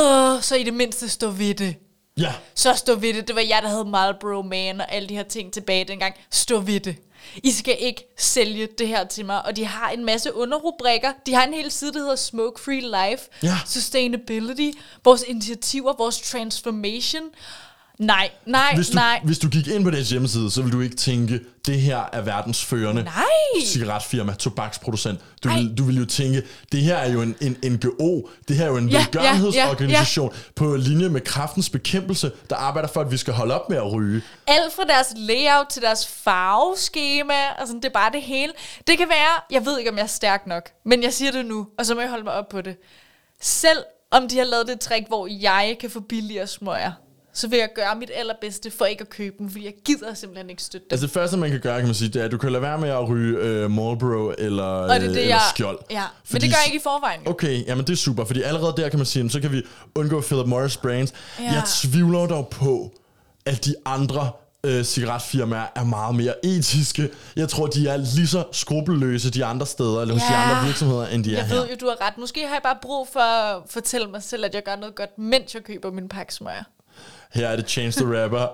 Så i det mindste stå ved det. Ja. Så stå ved det. Det var jeg, der havde Marlboro Man og alle de her ting tilbage dengang. Stå ved det. I skal ikke sælge det her til mig. Og de har en masse underrubrikker. De har en hel side, der hedder Smoke Free Life. Ja. Sustainability. Vores initiativer. Vores transformation. Nej. Hvis du gik ind på deres hjemmeside, så vil du ikke tænke, det her er verdens førende cigaretfirma, tobaksproducent. Du vil jo tænke, det her er jo en NGO, det her er jo en velgørenhedsorganisation på linje med Kræftens Bekæmpelse, der arbejder for, at vi skal holde op med at ryge. Alt fra deres layout til deres farveskema, altså det er bare det hele. Det kan være, jeg ved ikke, om jeg er stærk nok, men jeg siger det nu, og så må jeg holde mig op på det. Selv om de har lavet det trick, hvor jeg kan få billigere smøger, så vil jeg gøre mit allerbedste for ikke at købe dem, fordi jeg gider simpelthen ikke støtte dem. Altså det første, man kan gøre, kan man sige, det er, at du kan lade være med at ryge Marlboro eller Skjold. Ja, men det gør jeg ikke i forvejen. Okay, jamen det er super, fordi allerede der kan man sige, så kan vi undgå Philip Morris brands. Ja. Jeg tvivler dog på, at de andre cigaretfirmaer er meget mere etiske. Jeg tror, de er lige så skrupelløse de andre steder, eller hos de andre virksomheder, end de er her. Jeg ved jo, du har ret. Måske har jeg bare brug for at fortælle mig selv, at jeg gør noget godt, mens jeg køber min pakke smøger. Her er det Chance the Rapper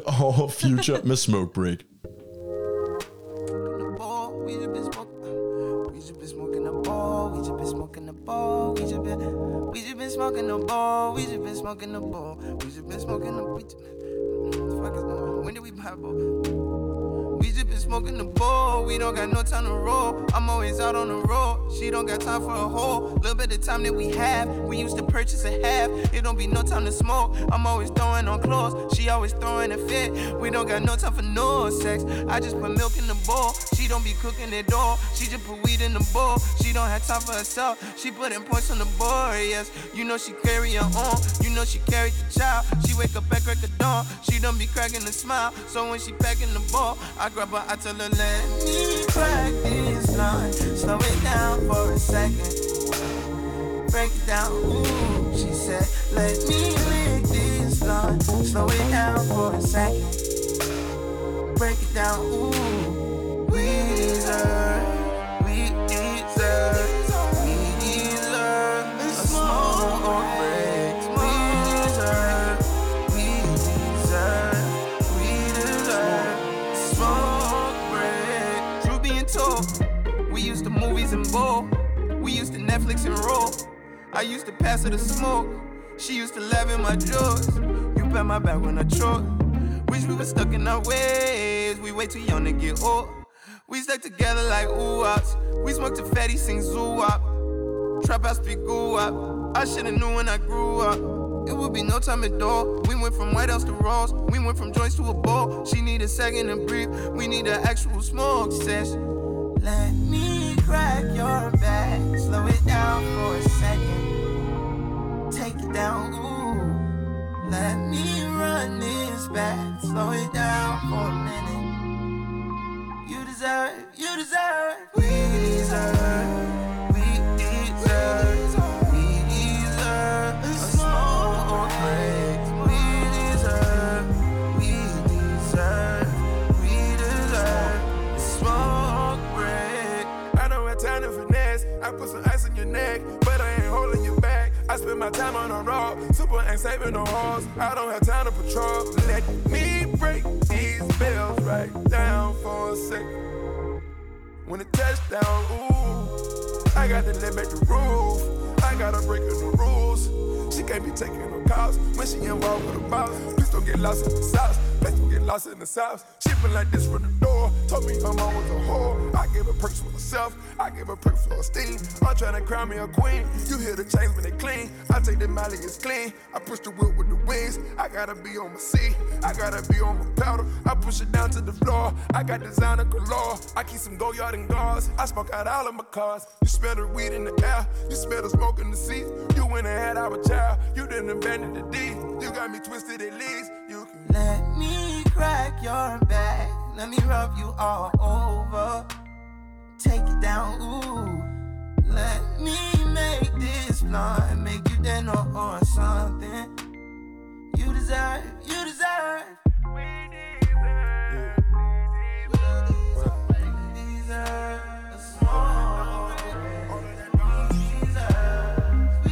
og Future med Smoke Break. When did we buy We just been smoking the bowl, we don't got no time to roll. I'm always out on the road, she don't got time for a whole. Little bit of time that we have, we used to purchase a half. It don't be no time to smoke, I'm always throwing on clothes. She always throwing a fit, we don't got no time for no sex. I just put milk in the bowl, she don't be cooking it all. She just put weed in the bowl, she don't have time for herself. She putting points on the board, yes. You know she carry her on, you know she carried the child. She wake up at crack of dawn, she don't be cracking a smile. So when she packing the ball, I grab her, I tell her, let me crack this line. Slow it down for a second. Break it down, ooh. She said, let me lick this line. Slow it down for a second. Break it down, ooh. We deserve a small break. We deserve smoke break. Truth being told, we used to movies and bowl. We used to Netflix and roll. I used to pass her the smoke. She used to laugh in my drawers. You pat my back when I choke. Wish we were stuck in our ways. We way too young to get old. We stuck together like ooh-wops. We smoked to fatty, sing zoo-wop. Trap house speak goo-wop. I should've knew when I grew up. It would be no time at all. We went from White House to Rolls. We went from joints to a bowl. She need a second to breathe. We need an actual smoke session. Let me crack your back. Slow it down for a second. Take it down, ooh. Let me run this back. Slow it down for a minute. You deserve, we deserve a small I put some ice in your neck, but I ain't holding you back. I spend my time on a road, super ain't saving no hoes. I don't have time to patrol. Let me break these bills right down for a second. When it touchdown, ooh, I got to let back the roof. I gotta break the rules. She can't be taking no calls when she involved with a boss. Please don't get lost in the sauce. Please don't get lost in the sauce. She been like this from the door. Told me her mom was a whore. I gave her perks for herself. I gave her perks for her steam. I'm trying to crown me a queen. You hear the chains when they clean. I take the Molly, it's clean. I push the whip with the wings. I gotta be on my seat. I gotta be on my powder. I push it down to the floor. I got designer galore. I keep some Goyard and gauze. I smoke out all of my cars. You smell the weed in the air. You smell the smoke in the seats. You went and had our child. You didn't abandon the deed. You got me twisted at least. You can let me crack your back. Let me rub you all over. Take it down, ooh. Let me make this blunt. Make you dead or something. You deserve, you deserve. We deserve. We deserve a song. We deserve.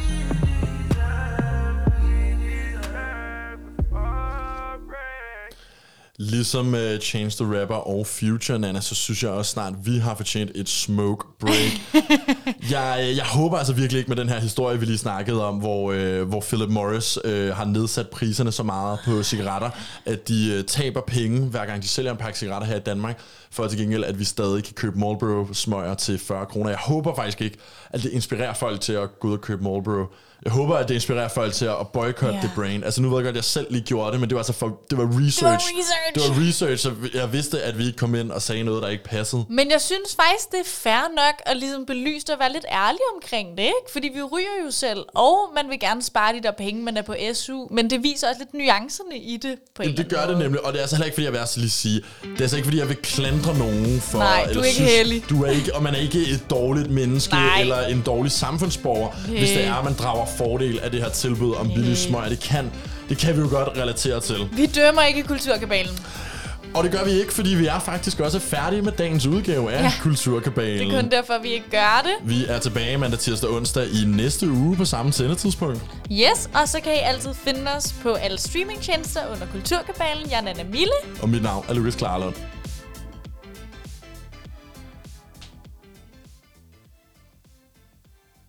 Ligesom Chance the Rapper og Future, Nana, så synes jeg også snart, vi har fortjent et smoke break. jeg håber altså virkelig ikke med den her historie, vi lige snakkede om, hvor Philip Morris har nedsat priserne så meget på cigaretter, at de taber penge, hver gang de sælger en pakke cigaretter her i Danmark, for til gengæld, at vi stadig kan købe Marlboro smøger til 40 kroner. Jeg håber faktisk ikke, at det inspirerer folk til at gå ud og købe Marlboro. Jeg håber, at det inspirerer folk til at boykotte The Brain. Altså nu ved jeg godt, at jeg selv lige gjorde det, men det var altså det var research. Det var research, så jeg vidste, at vi ikke kom ind og sagde noget, der ikke passede. Men jeg synes faktisk, det er fair nok at ligesom belyse og være lidt ærlig omkring det, ikke? Fordi vi ryger jo selv, og man vil gerne spare de der penge, man er på SU, men det viser også lidt nuancerne i det på en det gør det nemlig, og det er altså heller ikke, fordi jeg vil altså lige sige, det er altså ikke, fordi jeg vil klandre nogen for... Nej, du er ikke heldig. Du er ikke, og man er ikke et dårligt menneske, eller en dårlig samfundsborger, hvis det er, at man drager fordel af det her tilbud om billige smøger. Det kan vi jo godt relatere til. Vi dømmer ikke Kulturkabalen. Og det gør vi ikke, fordi vi er faktisk også færdige med dagens udgave af Kulturkabalen. Det er kun derfor, vi ikke gør det. Vi er tilbage mandag, tirsdag og onsdag i næste uge på samme sendetidspunkt. Yes, og så kan I altid finde os på alle streamingtjenester under Kulturkabalen. Jeg er Nana Mille. Og mit navn er Lukas Klarlund.